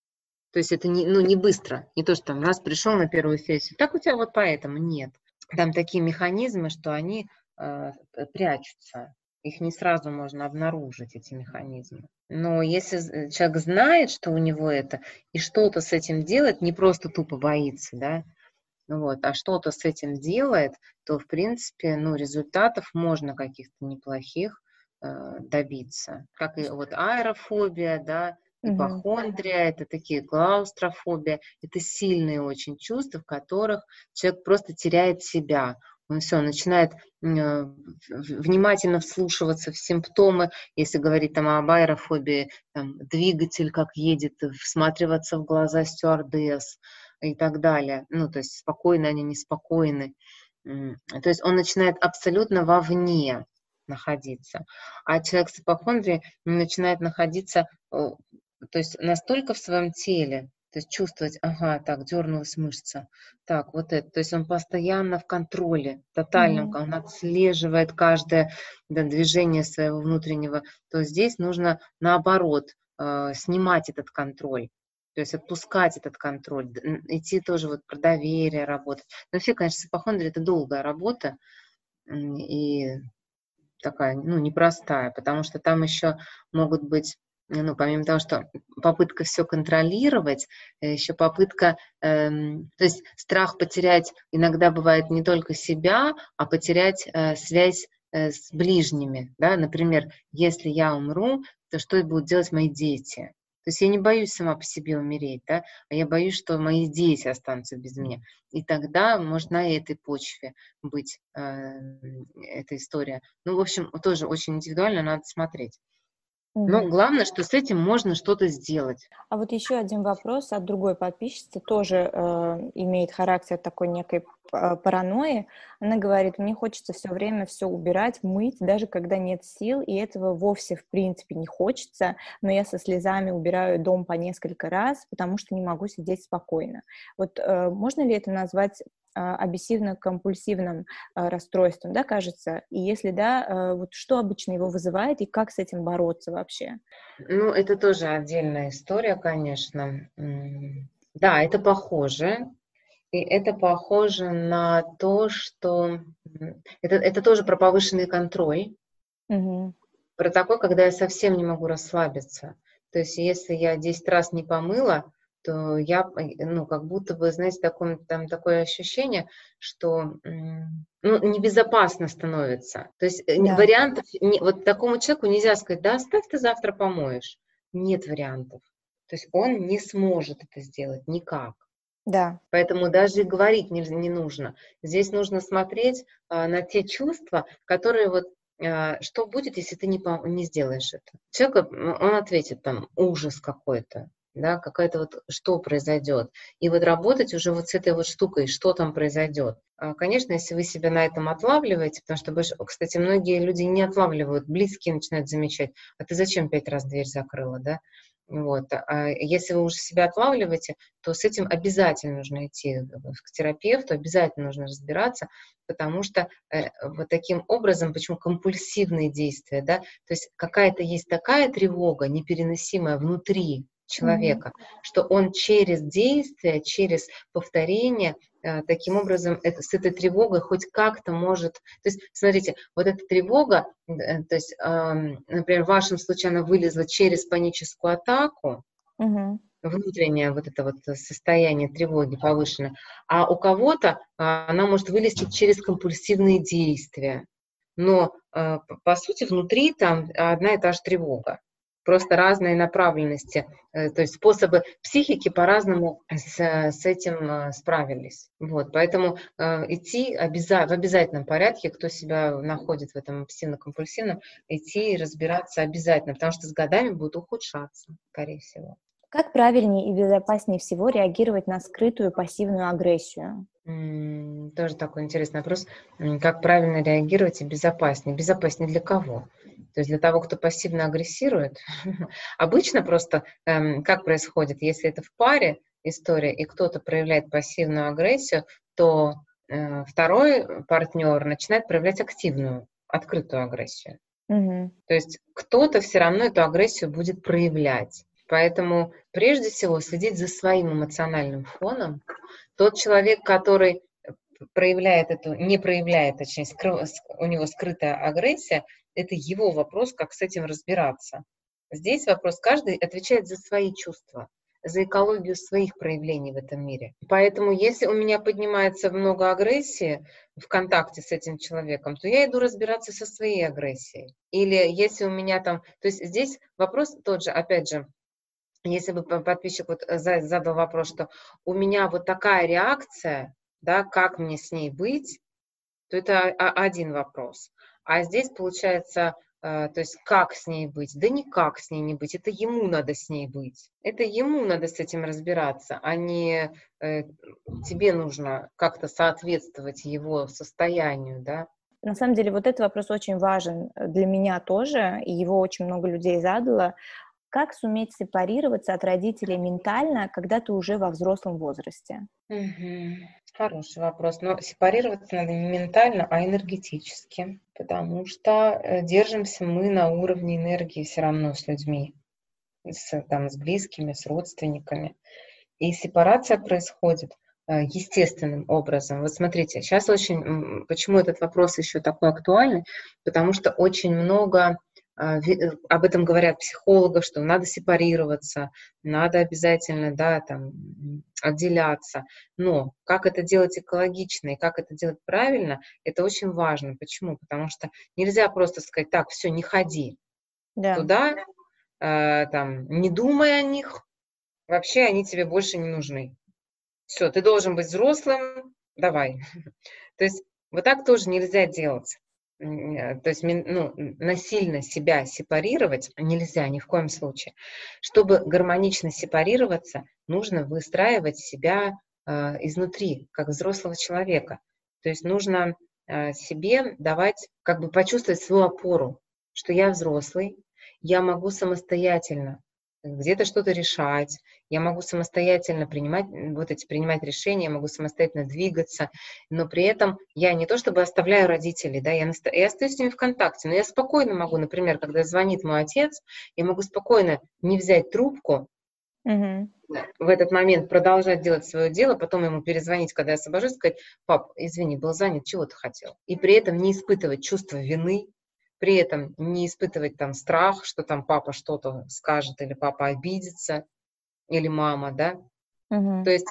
B: То есть это не, ну, не быстро. Не то, что там раз пришел на первую сессию, так у тебя вот поэтому. Нет. Там такие механизмы, что они э, прячутся. Их не сразу можно обнаружить, эти механизмы. Но если з- человек знает, что у него это, и что-то с этим делает, не просто тупо боится, да, вот, а что-то с этим делает, то, в принципе, ну, результатов можно каких-то неплохих э, добиться. Как и вот аэрофобия, да,
A: Мгм.
B: ипохондрия, это такие клаустрофобия, это сильные очень чувства, в которых человек просто теряет себя. Он все, начинает м, э, в- внимательно вслушиваться в симптомы, если говорить там об аэрофобии, там, двигатель как едет, всматриваться в глаза стюардесс, и так далее. Ну, то есть спокойны они, неспокойны. М, То есть он начинает абсолютно вовне находиться. А человек с ипохондрией начинает находиться, э, то есть настолько в своем теле, то есть чувствовать, ага, так, дернулась мышца, так, вот это. То есть он постоянно в контроле, тотальном,
A: Мгм.
B: он отслеживает каждое, да, движение своего внутреннего. То здесь нужно наоборот э, снимать этот контроль. То есть отпускать этот контроль, д- н- идти тоже вот про доверие работать. Но вообще, конечно, с ипохондрией это долгая работа м, и такая, ну, непростая, потому что там еще могут быть, ну, помимо того, что попытка все контролировать, э, еще попытка, эм, то есть страх потерять иногда бывает не только себя, а потерять э, связь э, с ближними, да, например, если я умру, то что будут делать мои дети? То есть я не боюсь сама по себе умереть, да, а я боюсь, что мои дети останутся без меня. И тогда, может, на этой почве быть э, эта история. Ну, в общем, тоже очень индивидуально, надо смотреть. Но
A: Мгм.
B: главное, что с этим можно что-то сделать.
A: А вот еще один вопрос от другой подписчицы, тоже э, имеет характер такой некой э, паранойи. Она говорит, мне хочется все время все убирать, мыть, даже когда нет сил, и этого вовсе в принципе не хочется, но я со слезами убираю дом по несколько раз, потому что не могу сидеть спокойно. Вот э, можно ли это назвать э, обессивно-компульсивным э, расстройством, да, кажется? И если да, э, вот что обычно его вызывает и как с этим бороться вообще?
B: Ну, это тоже отдельная история, конечно. М, Да, это похоже. И это похоже на то, что м, это, это тоже про повышенный контроль,
A: Мгм.
B: про такой, когда я совсем не могу расслабиться. То есть, если я десять раз не помыла, то я, ну, как будто бы, знаете, такое, там такое ощущение, что ну, небезопасно становится. То есть
A: Да.
B: вариантов, вот такому человеку нельзя сказать, да, оставь, ты завтра помоешь. Нет вариантов. То есть он не сможет это сделать никак.
A: Да.
B: Поэтому даже и говорить не, не нужно. Здесь нужно смотреть а, на те чувства, которые вот, а, что будет, если ты не, не сделаешь это. Человек, он ответит там, ужас какой-то, да, какая-то вот, что произойдет. И вот работать уже вот с этой вот штукой, что там произойдет. А, конечно, если вы себя на этом отлавливаете, потому что, больше, кстати, многие люди не отлавливают, близкие начинают замечать, а ты зачем пять раз дверь закрыла, да? Вот. А если вы уже себя отлавливаете, то с этим обязательно нужно идти к терапевту, обязательно нужно разбираться, потому что э, вот таким образом, почему компульсивные действия, да, то есть какая-то есть такая тревога непереносимая внутри человека, mm-hmm. что он через действие, через повторение э, таким образом это, с этой тревогой хоть как-то может... То есть, смотрите, вот эта тревога, э, то есть, э, например, в вашем случае она вылезла через паническую атаку, mm-hmm. внутреннее вот это вот состояние тревоги повышенное, а у кого-то э, она может вылезти через компульсивные действия. Но, э, по сути, внутри там одна и та же тревога. Просто разные направленности, то есть способы психики по-разному с, с этим справились. Вот, поэтому э, идти обяза- в обязательном порядке, кто себя находит в этом обсессивно-компульсивном, идти и разбираться обязательно, потому что с годами будет ухудшаться, скорее всего.
A: Как правильнее и безопаснее всего реагировать на скрытую пассивную агрессию?
B: М-м, тоже такой интересный вопрос. Как правильно реагировать и безопаснее? Безопаснее для кого? То есть для того, кто пассивно агрессирует. Обычно просто эм, как происходит, если это в паре история, и кто-то проявляет пассивную агрессию, то э, второй партнер начинает проявлять активную, открытую агрессию.
A: Угу.
B: То есть кто-то все равно эту агрессию будет проявлять. Поэтому прежде всего следить за своим эмоциональным фоном. Тот человек, который проявляет эту, не проявляет, точнее, скры, у него скрытая агрессия, это его вопрос, как с этим разбираться. Здесь вопрос, каждый отвечает за свои чувства, за экологию своих проявлений в этом мире. Поэтому, если у меня поднимается много агрессии в контакте с этим человеком, то я иду разбираться со своей агрессией. Или если у меня там... То есть здесь вопрос тот же, опять же, если бы подписчик вот задал вопрос, что у меня вот такая реакция, да, как мне с ней быть, то это один вопрос. А здесь получается, то есть как с ней быть? Да никак с ней не быть, это ему надо с ней быть. Это ему надо с этим разбираться, а не э, тебе нужно как-то соответствовать его состоянию, да.
A: На самом деле вот этот вопрос очень важен для меня тоже, и его очень много людей задало. Как суметь сепарироваться от родителей ментально, когда ты уже во взрослом возрасте?
B: Угу. Хороший вопрос. Но сепарироваться надо не ментально, а энергетически, потому что держимся мы на уровне энергии все равно с людьми, с, там, с близкими, с родственниками. И сепарация происходит естественным образом. Вот смотрите, сейчас очень... Почему этот вопрос еще такой актуальный? Потому что очень много... Об этом говорят психологи, что надо сепарироваться, надо обязательно, да, там, отделяться. Но как это делать экологично и как это делать правильно, это очень важно. Почему? Потому что нельзя просто сказать, так, все, не ходи да. туда, э, там, не думай о них, вообще они тебе больше не нужны. Все, ты должен быть взрослым, давай. То есть вот так тоже нельзя делать. То есть ну, насильно себя сепарировать нельзя ни в коем случае. Чтобы гармонично сепарироваться, нужно выстраивать себя э, изнутри, как взрослого человека. То есть нужно э, себе давать, как бы почувствовать свою опору, что я взрослый, я могу самостоятельно где-то что-то решать, я могу самостоятельно принимать, вот эти принимать решения, я могу самостоятельно двигаться, но при этом я не то чтобы оставляю родителей, да, я, я остаюсь с ними в контакте, но я спокойно могу, например, когда звонит мой отец, я могу спокойно не взять трубку,
A: mm-hmm.
B: в этот момент продолжать делать свое дело, потом ему перезвонить, когда я освобожусь, сказать, пап, извини, был занят, чего ты хотел? И при этом не испытывать чувство вины, при этом не испытывать там страх, что там папа что-то скажет или папа обидится. или мама, да.
A: Мгм.
B: То есть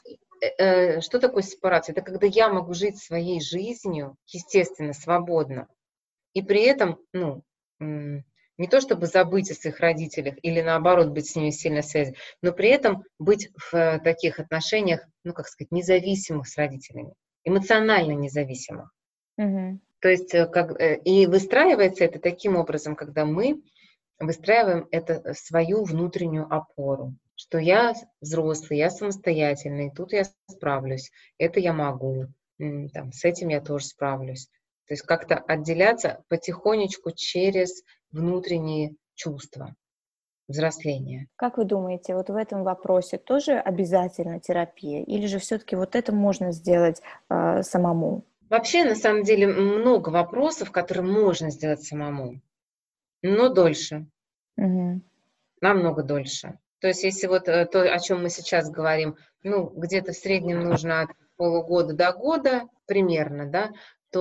B: э, что такое сепарация? Это когда я могу жить своей жизнью, естественно, свободно, и при этом, ну, м, не то чтобы забыть о своих родителях или наоборот быть с ними в сильной связи, но при этом быть в э, таких отношениях, ну, как сказать, независимых с родителями, эмоционально независимых.
A: Мгм.
B: То есть э, как, э, и выстраивается это таким образом, когда мы выстраиваем это свою внутреннюю опору, что я взрослый, я самостоятельный, тут я справлюсь, это я могу, м, там, с этим я тоже справлюсь. То есть как-то отделяться потихонечку через внутренние чувства, взросления.
A: Как вы думаете, вот в этом вопросе тоже обязательно терапия, или же все-таки вот это можно сделать э, самому?
B: Вообще, на самом деле, много вопросов, которые можно сделать самому, но дольше.
A: Мгм.
B: Намного дольше. То есть если вот э, то, о чем мы сейчас говорим, ну, где-то в среднем нужно от полугода до года примерно, да,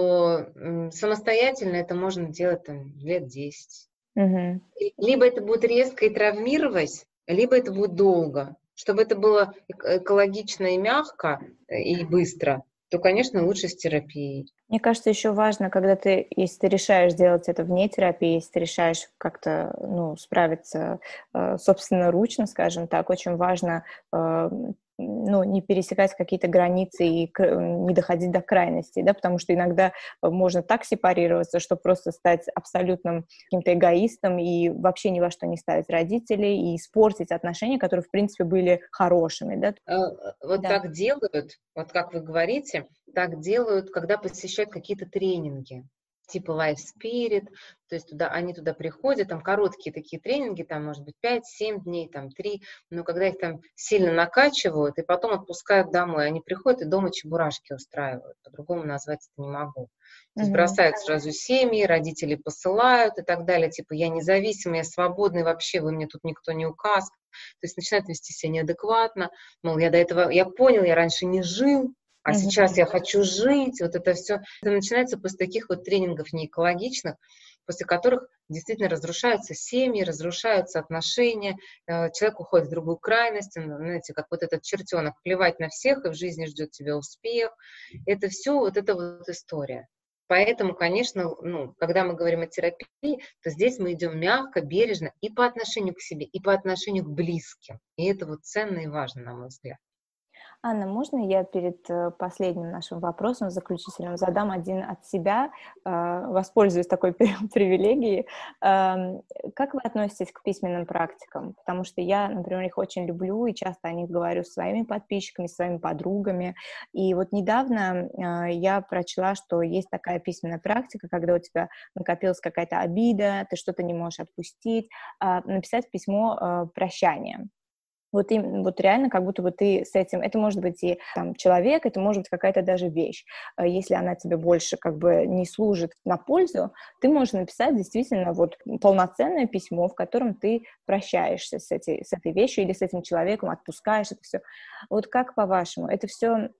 B: то м, самостоятельно это можно делать там лет десять.
A: Мгм.
B: Либо это будет резко и травмировать, либо это будет долго. Чтобы это было эк- экологично и мягко, э, и быстро, то, конечно, лучше с терапией.
A: Мне кажется, еще важно, когда ты, если ты решаешь делать это вне терапии, если ты решаешь как-то, ну, справиться э, собственноручно, скажем так, очень важно, э, ну, не пересекать какие-то границы и к- не доходить до крайностей, да, потому что иногда э, можно так сепарироваться, что просто стать абсолютным каким-то эгоистом и вообще ни во что не ставить родителей и испортить отношения, которые, в принципе, были хорошими, да.
B: Э, Вот
A: Да.
B: так делают, вот как вы говорите, так делают, когда посещают какие-то тренинги, типа Life Spirit, то есть туда, они туда приходят, там короткие такие тренинги, там, может быть, пять-семь дней, там, три, но когда их там сильно накачивают и потом отпускают домой, они приходят и дома чебурашки устраивают, по-другому назвать это не могу. То есть
A: Мгм.
B: бросают сразу семьи, родители посылают и так далее, типа, я независимый, я свободный, вообще вы мне тут никто не указ, то есть начинают вести себя неадекватно, мол, я до этого, я понял, я раньше не жил, а сейчас
A: Мгм.
B: я хочу жить, вот это все. Это начинается после таких вот тренингов неэкологичных, после которых действительно разрушаются семьи, разрушаются отношения, э, человек уходит в другую крайность, он, знаете, как вот этот чертенок, плевать на всех, и в жизни ждет тебя успех. Это все вот эта вот история. Поэтому, конечно, ну, когда мы говорим о терапии, то здесь мы идем мягко, бережно и по отношению к себе, и по отношению к близким. И это вот ценно и важно, на мой взгляд.
A: Анна, можно я перед э, последним нашим вопросом, заключительным, задам один от себя, э, воспользуюсь такой при- привилегией. Эм, Как вы относитесь к письменным практикам? Потому что я, например, их очень люблю и часто о них говорю с своими подписчиками, с своими подругами. И вот недавно э, я прочла, что есть такая письменная практика, когда у тебя накопилась какая-то обида, ты что-то не можешь отпустить, а, написать письмо э, прощания. Вот, им, вот реально, как будто бы ты с этим, это может быть и там, человек, это может быть какая-то даже вещь. А если она тебе больше как бы не служит на пользу, ты можешь написать действительно вот полноценное письмо, в котором ты прощаешься с, этой, с этой вещью или с этим человеком, отпускаешь это все. Вот как по-вашему? Это все,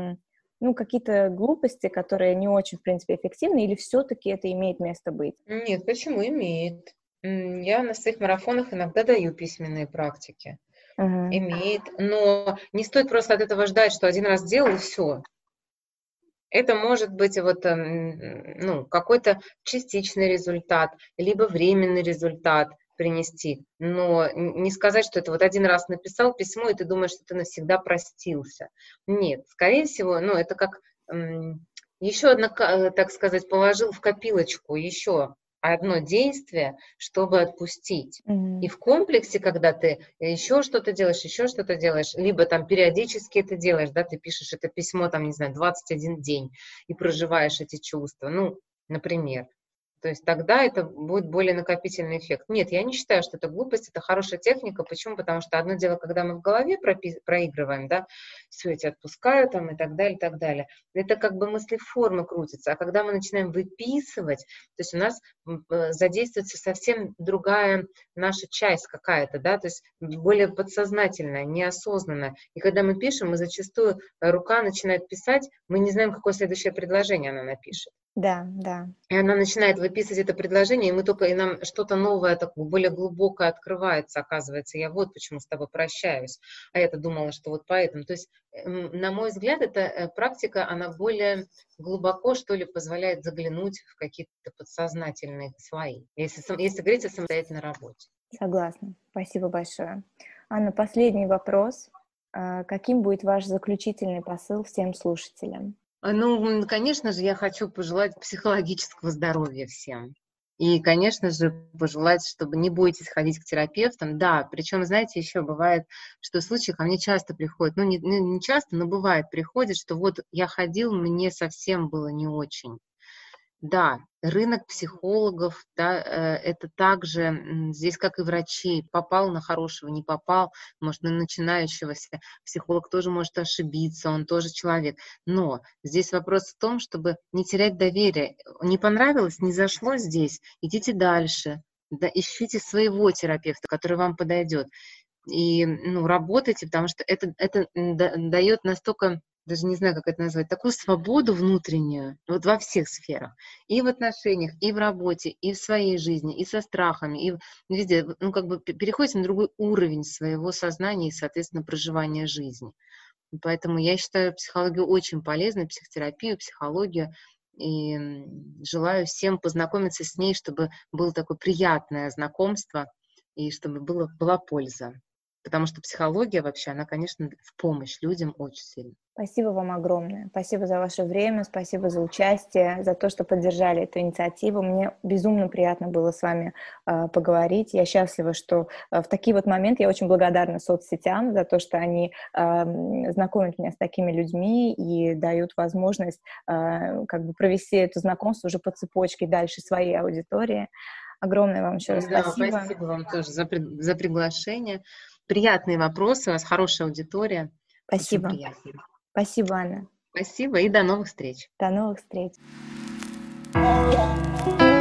A: ну, какие-то глупости, которые не очень, в принципе, эффективны, или все-таки это имеет место быть?
B: Нет, почему имеет? М, Я на своих марафонах иногда даю письменные практики.
A: Мгм.
B: Имеет, но не стоит просто от этого ждать, что один раз сделал и все. Это может быть вот, эм, ну, какой-то частичный результат, либо временный результат принести. Но н- не сказать, что это вот один раз написал письмо, и ты думаешь, что ты навсегда простился. Нет, скорее всего, ну, это как м, еще одно, ка- э, так сказать, положил в копилочку еще одно действие, чтобы отпустить. И
A: Мгм.
B: в комплексе, когда ты еще что-то делаешь, еще что-то делаешь, либо там периодически это делаешь, да, ты пишешь это письмо, там, не знаю, двадцать один день и проживаешь эти чувства, ну, например. То есть тогда это будет более накопительный эффект. Нет, я не считаю, что это глупость, это хорошая техника. Почему? Потому что одно дело, когда мы в голове пропи- проигрываем, да, все эти отпускаю там и так далее, и так далее. Это как бы мыслеформы крутятся. А когда мы начинаем выписывать, то есть у нас м, э, задействуется совсем другая наша часть какая-то, да, то есть более подсознательная, неосознанная. И когда мы пишем, мы зачастую, э, рука начинает писать, мы не знаем, какое следующее предложение она напишет.
A: Да, да.
B: И она начинает выписывать это предложение, и мы только, и нам что-то новое, такое более глубокое открывается, оказывается. Я вот почему с тобой прощаюсь. А я-то думала, что вот поэтому. То есть, м, на мой взгляд, эта э, практика, она более глубоко, что ли, позволяет заглянуть в какие-то подсознательные слои, если, сам- если говорить о самостоятельной работе.
A: Согласна. Спасибо большое. Анна, последний вопрос. А, Каким будет ваш заключительный посыл всем слушателям?
B: А, Ну, м, конечно же, я хочу пожелать психологического здоровья всем. И, конечно же, пожелать, чтобы не бойтесь ходить к терапевтам. Да, причем, знаете, еще бывает, что случаи ко мне часто приходят, ну, не, не не часто, но бывает, приходит, что вот я ходил, мне совсем было не очень. Да, рынок психологов, да, э, это также м, здесь, как и врачи, попал на хорошего, не попал, может, на начинающегося психолог тоже может ошибиться, он тоже человек. Но здесь вопрос в том, чтобы не терять доверие. Не понравилось, не зашло здесь, идите дальше, да, ищите своего терапевта, который вам подойдет. И, ну, работайте, потому что это, это м, да- дает настолько, даже не знаю, как это назвать, такую свободу внутреннюю, вот во всех сферах. И в отношениях, и в работе, и в своей жизни, и со страхами, и в- везде. Ну, как бы пе- переходите на другой уровень своего сознания и, соответственно, проживания жизни. И поэтому я считаю психологию очень полезной, психотерапию, психологию. И м, желаю всем познакомиться с ней, чтобы было такое приятное знакомство и чтобы было, была польза. Потому что психология вообще, она, конечно, в помощь людям очень сильно.
A: Спасибо вам огромное. Спасибо за ваше время, спасибо за участие, за то, что поддержали эту инициативу. Мне безумно приятно было с вами э, поговорить. Я счастлива, что э, в такие вот моменты я очень благодарна соцсетям за то, что они э, знакомят меня с такими людьми и дают возможность э, как бы провести это знакомство уже по цепочке дальше своей аудитории. Огромное вам еще раз
B: Да,
A: спасибо.
B: спасибо вам тоже за, при- за приглашение. Приятные вопросы, у вас хорошая аудитория. Очень
A: Спасибо.
B: приятно.
A: Спасибо, Анна.
B: Спасибо и до новых встреч.
A: До новых встреч.